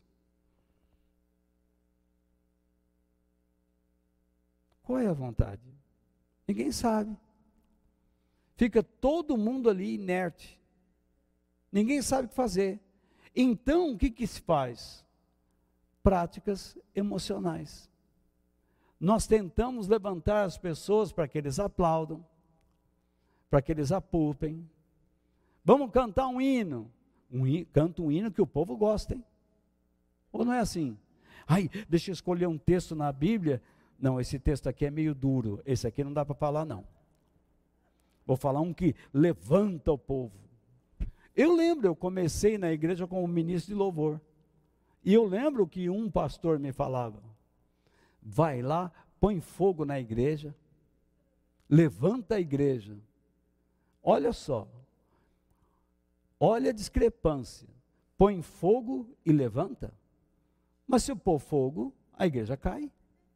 Qual é a vontade? Ninguém sabe. Fica todo mundo ali inerte. Ninguém sabe o que fazer. Então, o que se faz? Práticas emocionais. Nós tentamos levantar as pessoas para que eles aplaudam, para que eles apupem. Vamos cantar um hino. Canta um hino que o povo gosta, hein? Ou não é assim? Ai, deixa eu escolher um texto na Bíblia. Não, esse texto aqui é meio duro. Esse aqui não dá para falar, não. Vou falar um que levanta o povo. Eu lembro, eu comecei na igreja como ministro de louvor. E eu lembro que um pastor me falava: vai lá, põe fogo na igreja, levanta a igreja. Olha só, olha a discrepância. Põe fogo e levanta. Mas se eu pôr fogo, a igreja cai.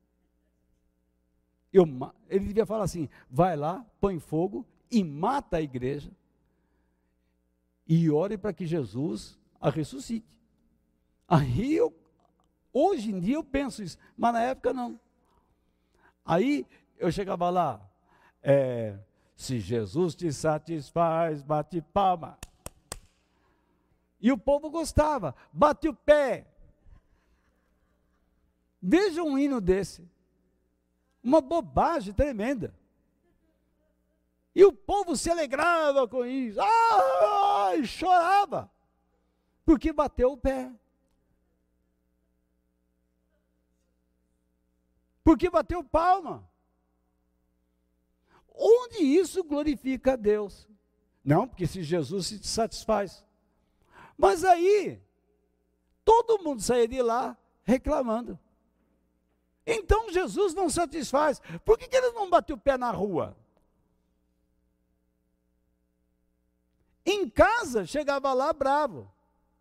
Ele devia falar assim: vai lá, põe fogo e mata a igreja. E ore para que Jesus a ressuscite. Aí hoje em dia eu penso isso, mas na época não. Aí eu chegava lá, se Jesus te satisfaz, bate palma. E o povo gostava, bate o pé. Veja um hino desse, uma bobagem tremenda. E o povo se alegrava com isso, e chorava, porque bateu o pé. Porque bateu palma. Onde isso glorifica a Deus? Não, porque se Jesus se satisfaz. Mas aí, todo mundo saía de lá reclamando. Então Jesus não satisfaz. Por que ele não bateu o pé na rua? Em casa, chegava lá bravo.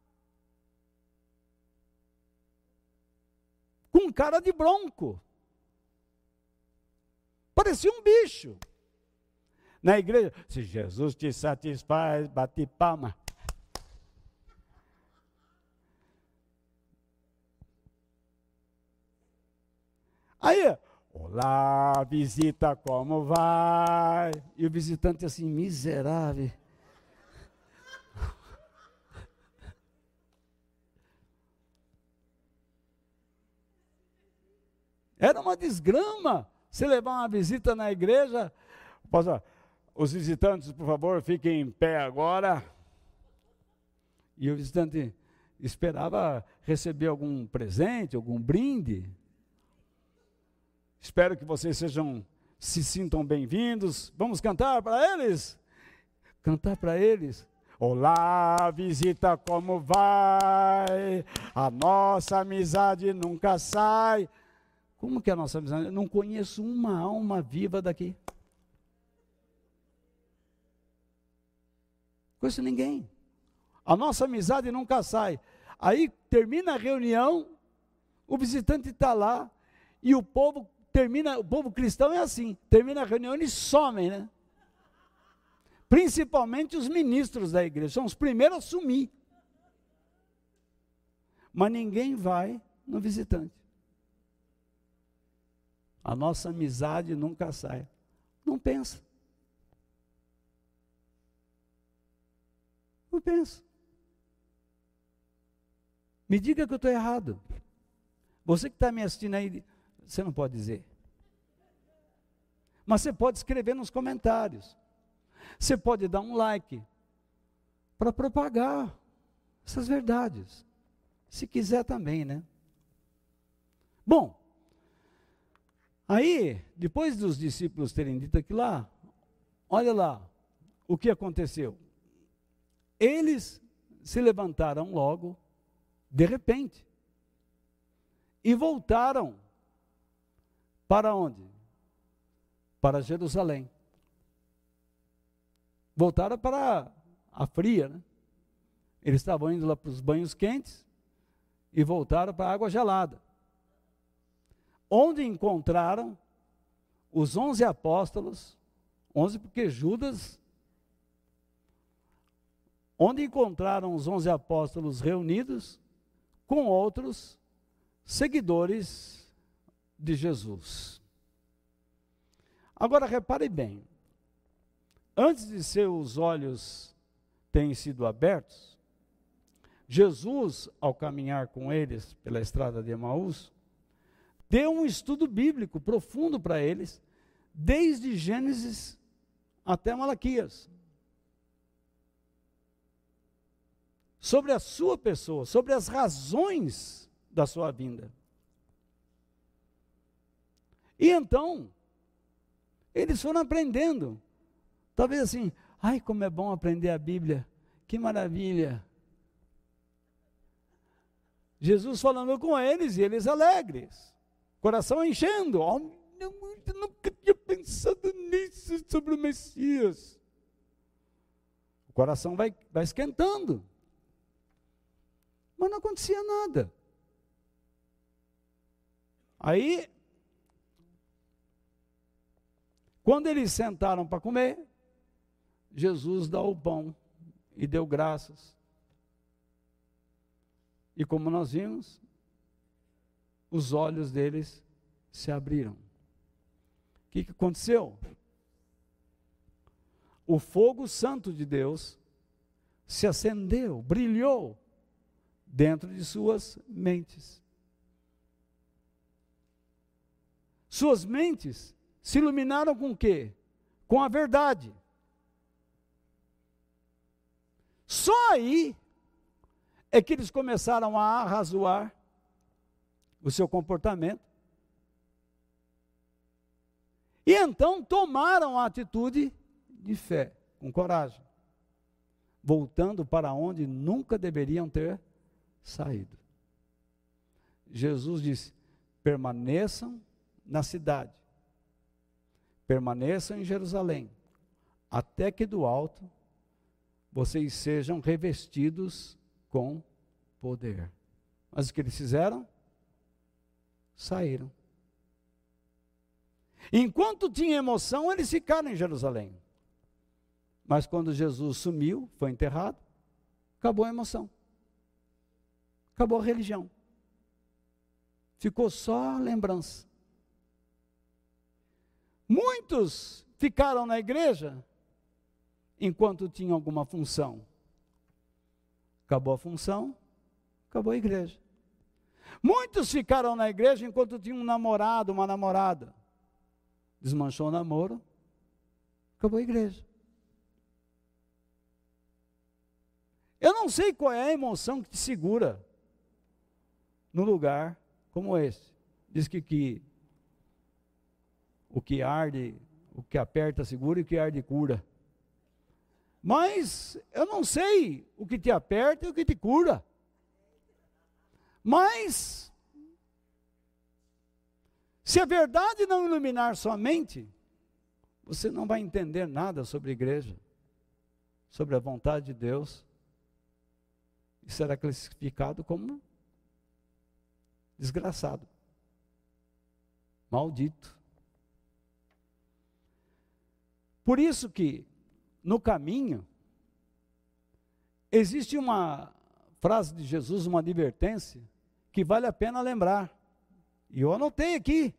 Com cara de bronco. Parecia um bicho. Na igreja, se Jesus te satisfaz, bate palma. Aí, olá, visita, como vai? E o visitante assim, miserável. Era uma desgrama. Se levar uma visita na igreja, os visitantes, por favor, fiquem em pé agora. E o visitante esperava receber algum presente, algum brinde. Espero que vocês se sintam bem-vindos. Vamos cantar para eles? Cantar para eles. Olá, visita, como vai? A nossa amizade nunca sai. Como que é a nossa amizade? Eu não conheço uma alma viva daqui. Conheço ninguém. A nossa amizade nunca sai. Aí termina a reunião, o visitante está lá, e o povo cristão é assim, termina a reunião e somem, né? Principalmente os ministros da igreja, são os primeiros a sumir. Mas ninguém vai no visitante. A nossa amizade nunca sai. Não pensa. Não pensa. Me diga que eu estou errado. Você que está me assistindo aí, você não pode dizer. Mas você pode escrever nos comentários. Você pode dar um like para propagar essas verdades. Se quiser também, né? Bom, aí, depois dos discípulos terem dito aquilo lá, olha lá o que aconteceu. Eles se levantaram logo, de repente, e voltaram para onde? Para Jerusalém. Voltaram para a fria, né? Eles estavam indo lá para os banhos quentes e voltaram para a água gelada. Onde encontraram os 11 apóstolos, 11 porque Judas, onde encontraram os 11 apóstolos reunidos com outros seguidores de Jesus. Agora repare bem, antes de seus olhos terem sido abertos, Jesus, ao caminhar com eles pela estrada de Emaús, deu um estudo bíblico profundo para eles, desde Gênesis até Malaquias, sobre a sua pessoa, sobre as razões da sua vinda. E então, eles foram aprendendo, talvez assim, ai como é bom aprender a Bíblia, que maravilha. Jesus falando com eles e eles alegres, coração enchendo. Oh, eu nunca tinha pensado nisso sobre o Messias. O coração vai esquentando, mas não acontecia nada. Aí, quando eles sentaram para comer, Jesus dá o pão e deu graças. E como nós vimos, os olhos deles se abriram. O que aconteceu? O fogo santo de Deus se acendeu, brilhou dentro de suas mentes. Suas mentes se iluminaram com o quê? Com a verdade. Só aí é que eles começaram a arrazoar o seu comportamento. E então tomaram a atitude de fé, com coragem, voltando para onde nunca deveriam ter saído. Jesus disse: permaneçam na cidade, permaneçam em Jerusalém, até que do alto vocês sejam revestidos com poder. Mas o que eles fizeram? Saíram. Enquanto tinha emoção, eles ficaram em Jerusalém. Mas quando Jesus sumiu, foi enterrado, acabou a emoção. Acabou a religião. Ficou só a lembrança. Muitos ficaram na igreja enquanto tinham alguma função. Acabou a função, acabou a igreja. Muitos ficaram na igreja enquanto tinham um namorado, uma namorada. Desmanchou o namoro, acabou a igreja. Eu não sei qual é a emoção que te segura num lugar como esse. Diz que o que arde, o que aperta segura e o que arde cura. Mas eu não sei o que te aperta e o que te cura. Mas se a verdade não iluminar sua mente, você não vai entender nada sobre a igreja, sobre a vontade de Deus, e será classificado como desgraçado, maldito. Por isso que, no caminho, existe uma frase de Jesus, uma advertência, que vale a pena lembrar. E eu anotei aqui.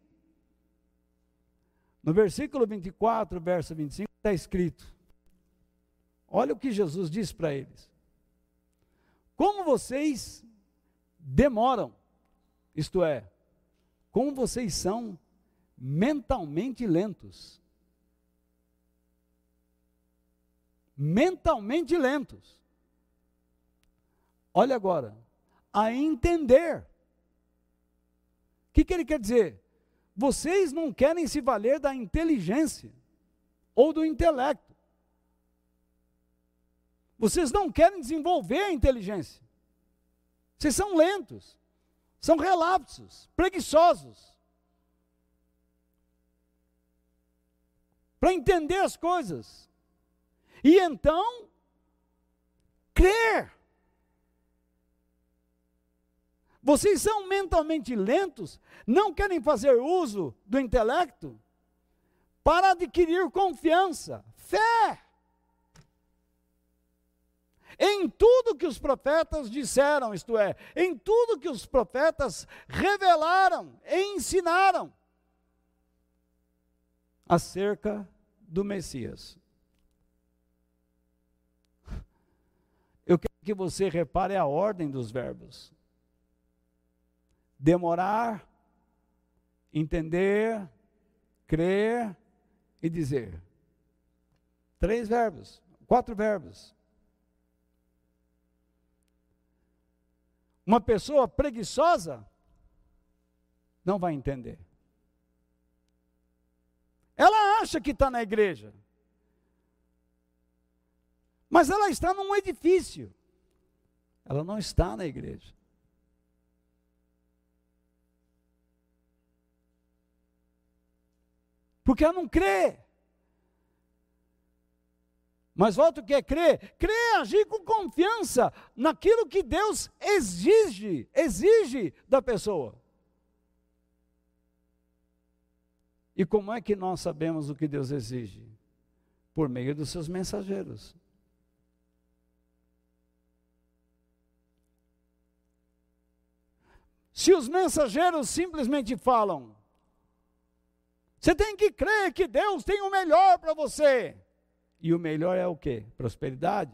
No versículo 24, verso 25, está escrito. Olha o que Jesus diz para eles. Como vocês demoram, isto é, como vocês são mentalmente lentos. Mentalmente lentos. Olha agora, a entender. O que ele quer dizer? Vocês não querem se valer da inteligência ou do intelecto. Vocês não querem desenvolver a inteligência. Vocês são lentos, são relapsos, preguiçosos. Para entender as coisas. E então, crer. Vocês são mentalmente lentos, não querem fazer uso do intelecto para adquirir confiança, fé. Em tudo que os profetas disseram, isto é, em tudo que os profetas revelaram e ensinaram acerca do Messias. Eu quero que você repare a ordem dos verbos. Demorar, entender, crer e dizer. 3 verbos, 4 verbos. Uma pessoa preguiçosa não vai entender. Ela acha que está na igreja, Mas ela está num edifício. Ela não está na igreja. Porque ela não crê. Mas volta o que é crer? Crer é agir com confiança naquilo que Deus exige da pessoa. E como é que nós sabemos o que Deus exige? Por meio dos seus mensageiros. Se os mensageiros simplesmente falam, você tem que crer que Deus tem o melhor para você. E o melhor é o quê? Prosperidade.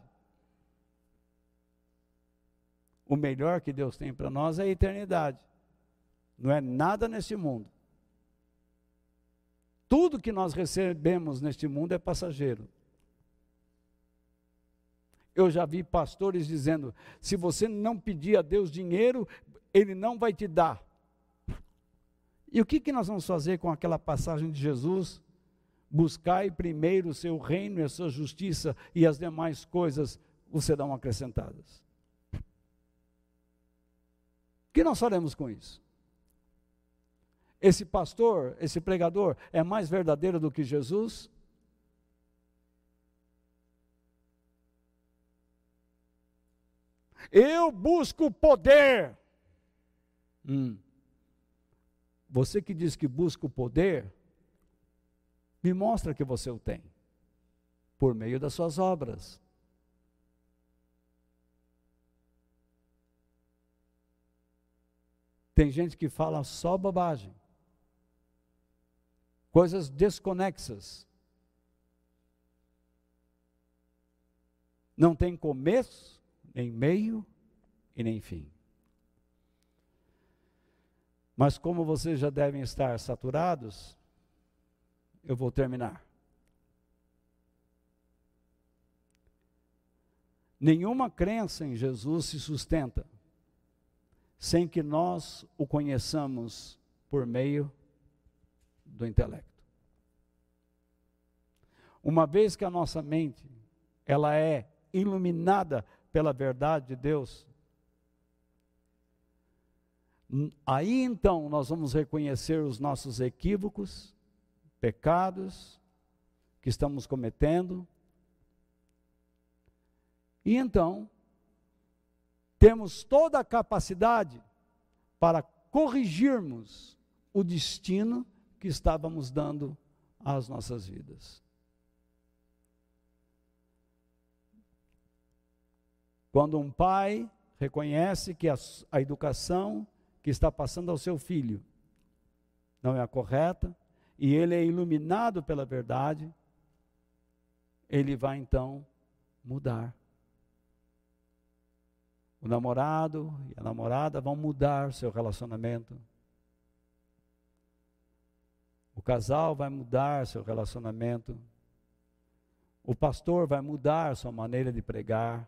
O melhor que Deus tem para nós é a eternidade. Não é nada neste mundo. Tudo que nós recebemos neste mundo é passageiro. Eu já vi pastores dizendo, se você não pedir a Deus dinheiro, Ele não vai te dar. E o que nós vamos fazer com aquela passagem de Jesus? Buscai primeiro o seu reino e a sua justiça, e as demais coisas vos serão acrescentadas. O que nós faremos com isso? Esse pastor, esse pregador, é mais verdadeiro do que Jesus? Eu busco poder. Você que diz que busca o poder, me mostra que você o tem, por meio das suas obras. Tem gente que fala só bobagem, coisas desconexas. Não tem começo, nem meio e nem fim. Mas como vocês já devem estar saturados, eu vou terminar. Nenhuma crença em Jesus se sustenta sem que nós o conheçamos por meio do intelecto. Uma vez que a nossa mente, ela é iluminada pela verdade de Deus, aí então nós vamos reconhecer os nossos equívocos, pecados que estamos cometendo, e então temos toda a capacidade para corrigirmos o destino que estávamos dando às nossas vidas. Quando um pai reconhece que a educação que está passando ao seu filho não é a correta, e ele é iluminado pela verdade, ele vai então mudar. O namorado e a namorada vão mudar seu relacionamento. O casal vai mudar seu relacionamento. O pastor vai mudar sua maneira de pregar.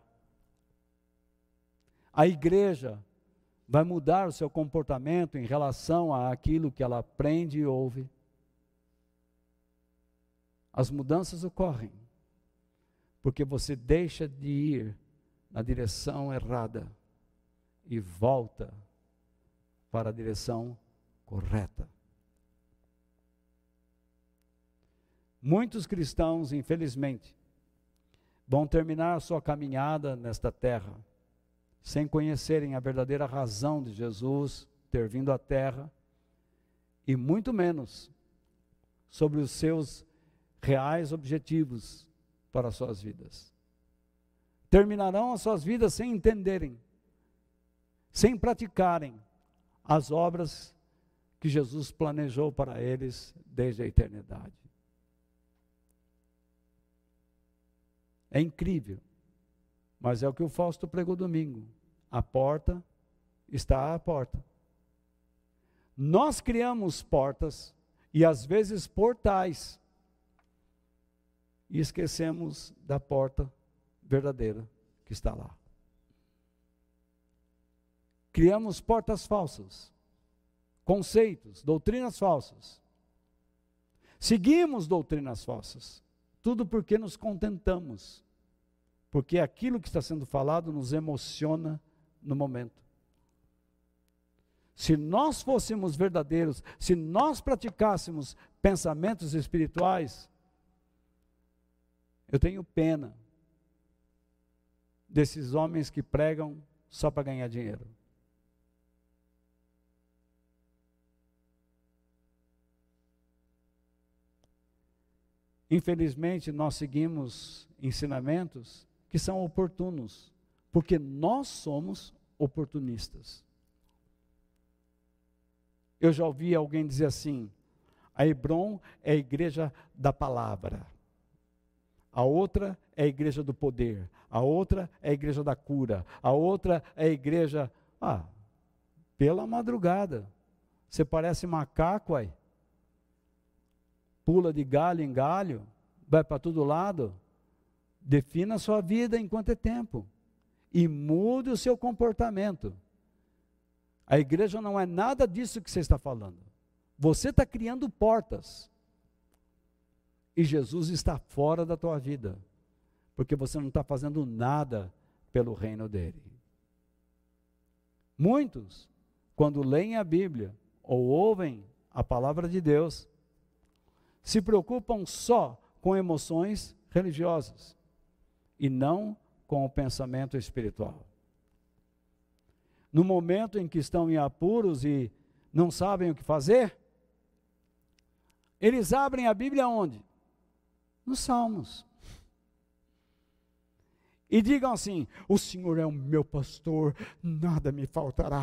A igreja vai mudar o seu comportamento em relação àquilo que ela aprende e ouve. As mudanças ocorrem porque você deixa de ir na direção errada e volta para a direção correta. Muitos cristãos, infelizmente, vão terminar a sua caminhada nesta terra sem conhecerem a verdadeira razão de Jesus ter vindo à terra e muito menos sobre os seus reais objetivos para as suas vidas. Terminarão as suas vidas sem entenderem, sem praticarem as obras que Jesus planejou para eles desde a eternidade. É incrível, mas é o que o Fausto pregou domingo. A porta está à porta. Nós criamos portas e às vezes portais e esquecemos da porta verdadeira que está lá. Criamos portas falsas, conceitos, doutrinas falsas. Seguimos doutrinas falsas, tudo porque nos contentamos porque aquilo que está sendo falado nos emociona no momento. Se nós fôssemos verdadeiros, se nós praticássemos pensamentos espirituais, eu tenho pena desses homens que pregam só para ganhar dinheiro. Infelizmente, nós seguimos ensinamentos que são oportunos, porque nós somos oportunistas. Eu já ouvi alguém dizer assim: a Hebron é a igreja da palavra, a outra é a igreja do poder, a outra é a igreja da cura, a outra é a igreja... pela madrugada, você parece macaco aí, pula de galho em galho, vai para todo lado. Defina a sua vida enquanto é tempo e mude o seu comportamento. A igreja não é nada disso que você está falando. Você está criando portas. E Jesus está fora da tua vida, porque você não está fazendo nada pelo reino dele. Muitos, quando leem a Bíblia ou ouvem a palavra de Deus, se preocupam só com emoções religiosas e não com o pensamento espiritual. No momento em que estão em apuros e não sabem o que fazer, eles abrem a Bíblia onde? Nos Salmos. E digam assim: o Senhor é o meu pastor, nada me faltará.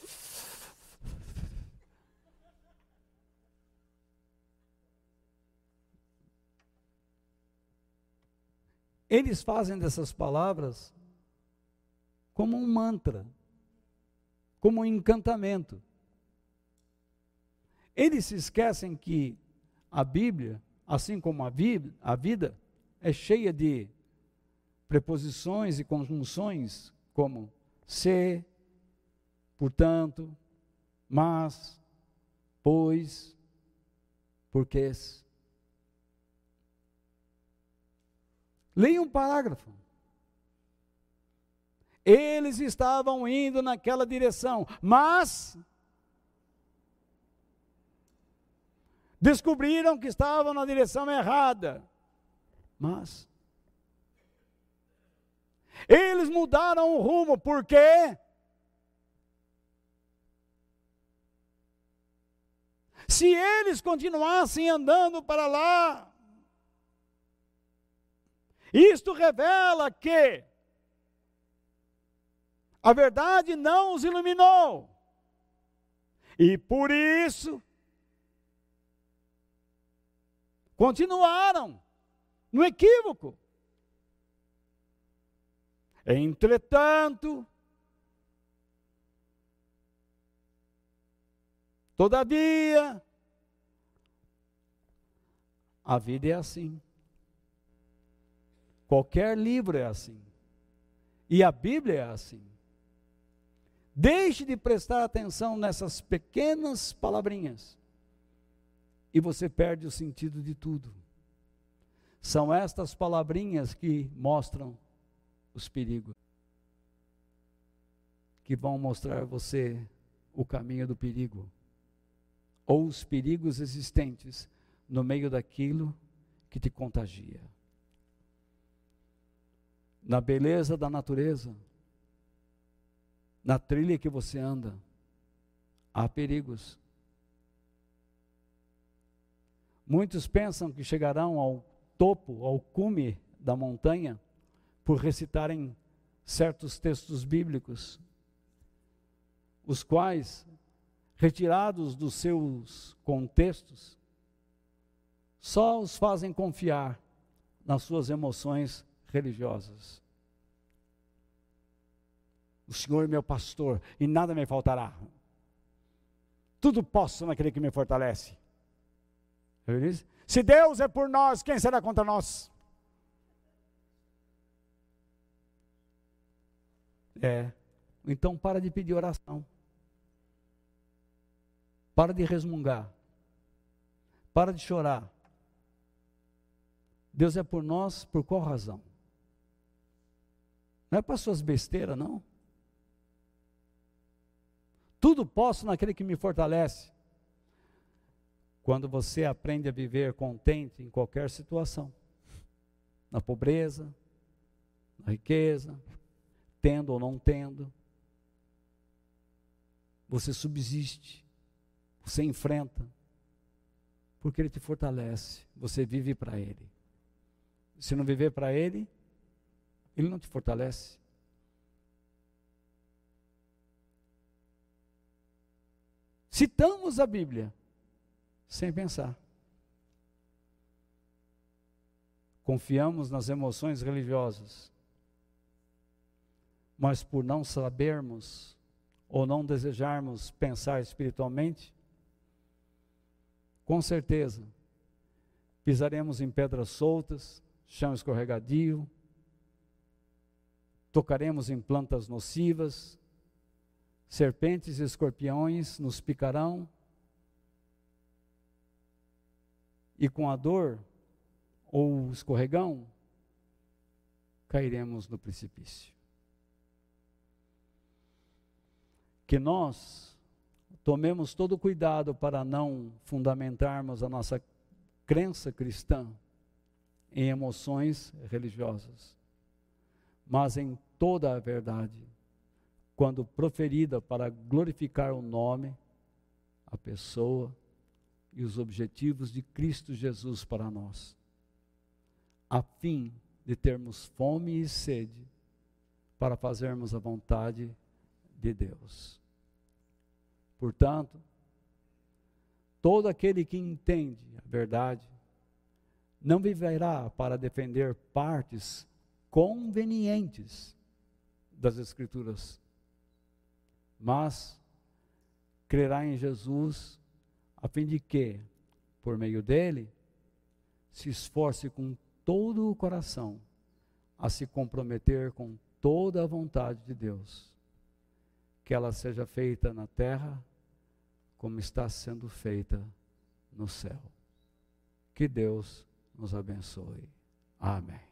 Eles fazem dessas palavras como um mantra, como um encantamento. Eles se esquecem que a Bíblia, assim como a vida, é cheia de preposições e conjunções, como se, portanto, mas, pois, porquês. Leia um parágrafo. Eles estavam indo naquela direção, mas descobriram que estavam na direção errada. Mas eles mudaram o rumo, por quê? Se eles continuassem andando para lá, isto revela que a verdade não os iluminou. E por isso, continuaram no equívoco. Entretanto, todavia, a vida é assim. Qualquer livro é assim. E a Bíblia é assim. Deixe de prestar atenção nessas pequenas palavrinhas e você perde o sentido de tudo. São estas palavrinhas que mostram os perigos, que vão mostrar a você o caminho do perigo, ou os perigos existentes no meio daquilo que te contagia. Na beleza da natureza, na trilha que você anda, há perigos. Muitos pensam que chegarão ao topo, ao cume da montanha, por recitarem certos textos bíblicos, os quais, retirados dos seus contextos, só os fazem confiar nas suas emoções religiosas. O Senhor é meu pastor e nada me faltará. Tudo posso naquele que me fortalece. Se Deus é por nós, quem será contra nós? Então para de pedir oração. Para de resmungar. Para de chorar. Deus é por nós, por qual razão? Não é para suas besteiras, não. Tudo posso naquele que me fortalece. Quando você aprende a viver contente em qualquer situação, na pobreza, na riqueza, tendo ou não tendo, você subsiste, você enfrenta, porque Ele te fortalece, você vive para Ele. Se não viver para Ele, Ele não te fortalece. Citamos a Bíblia, sem pensar. Confiamos nas emoções religiosas, mas por não sabermos ou não desejarmos pensar espiritualmente, com certeza pisaremos em pedras soltas, chão escorregadio, tocaremos em plantas nocivas, serpentes e escorpiões nos picarão, e com a dor ou o escorregão, cairemos no precipício. Que nós tomemos todo o cuidado para não fundamentarmos a nossa crença cristã em emoções religiosas, mas em toda a verdade, quando proferida para glorificar o nome, a pessoa e os objetivos de Cristo Jesus para nós, a fim de termos fome e sede para fazermos a vontade de Deus. Portanto, todo aquele que entende a verdade não viverá para defender partes convenientes das Escrituras, mas crerá em Jesus a fim de que, por meio dele, se esforce com todo o coração a se comprometer com toda a vontade de Deus, que ela seja feita na terra como está sendo feita no céu. Que Deus nos abençoe. Amém.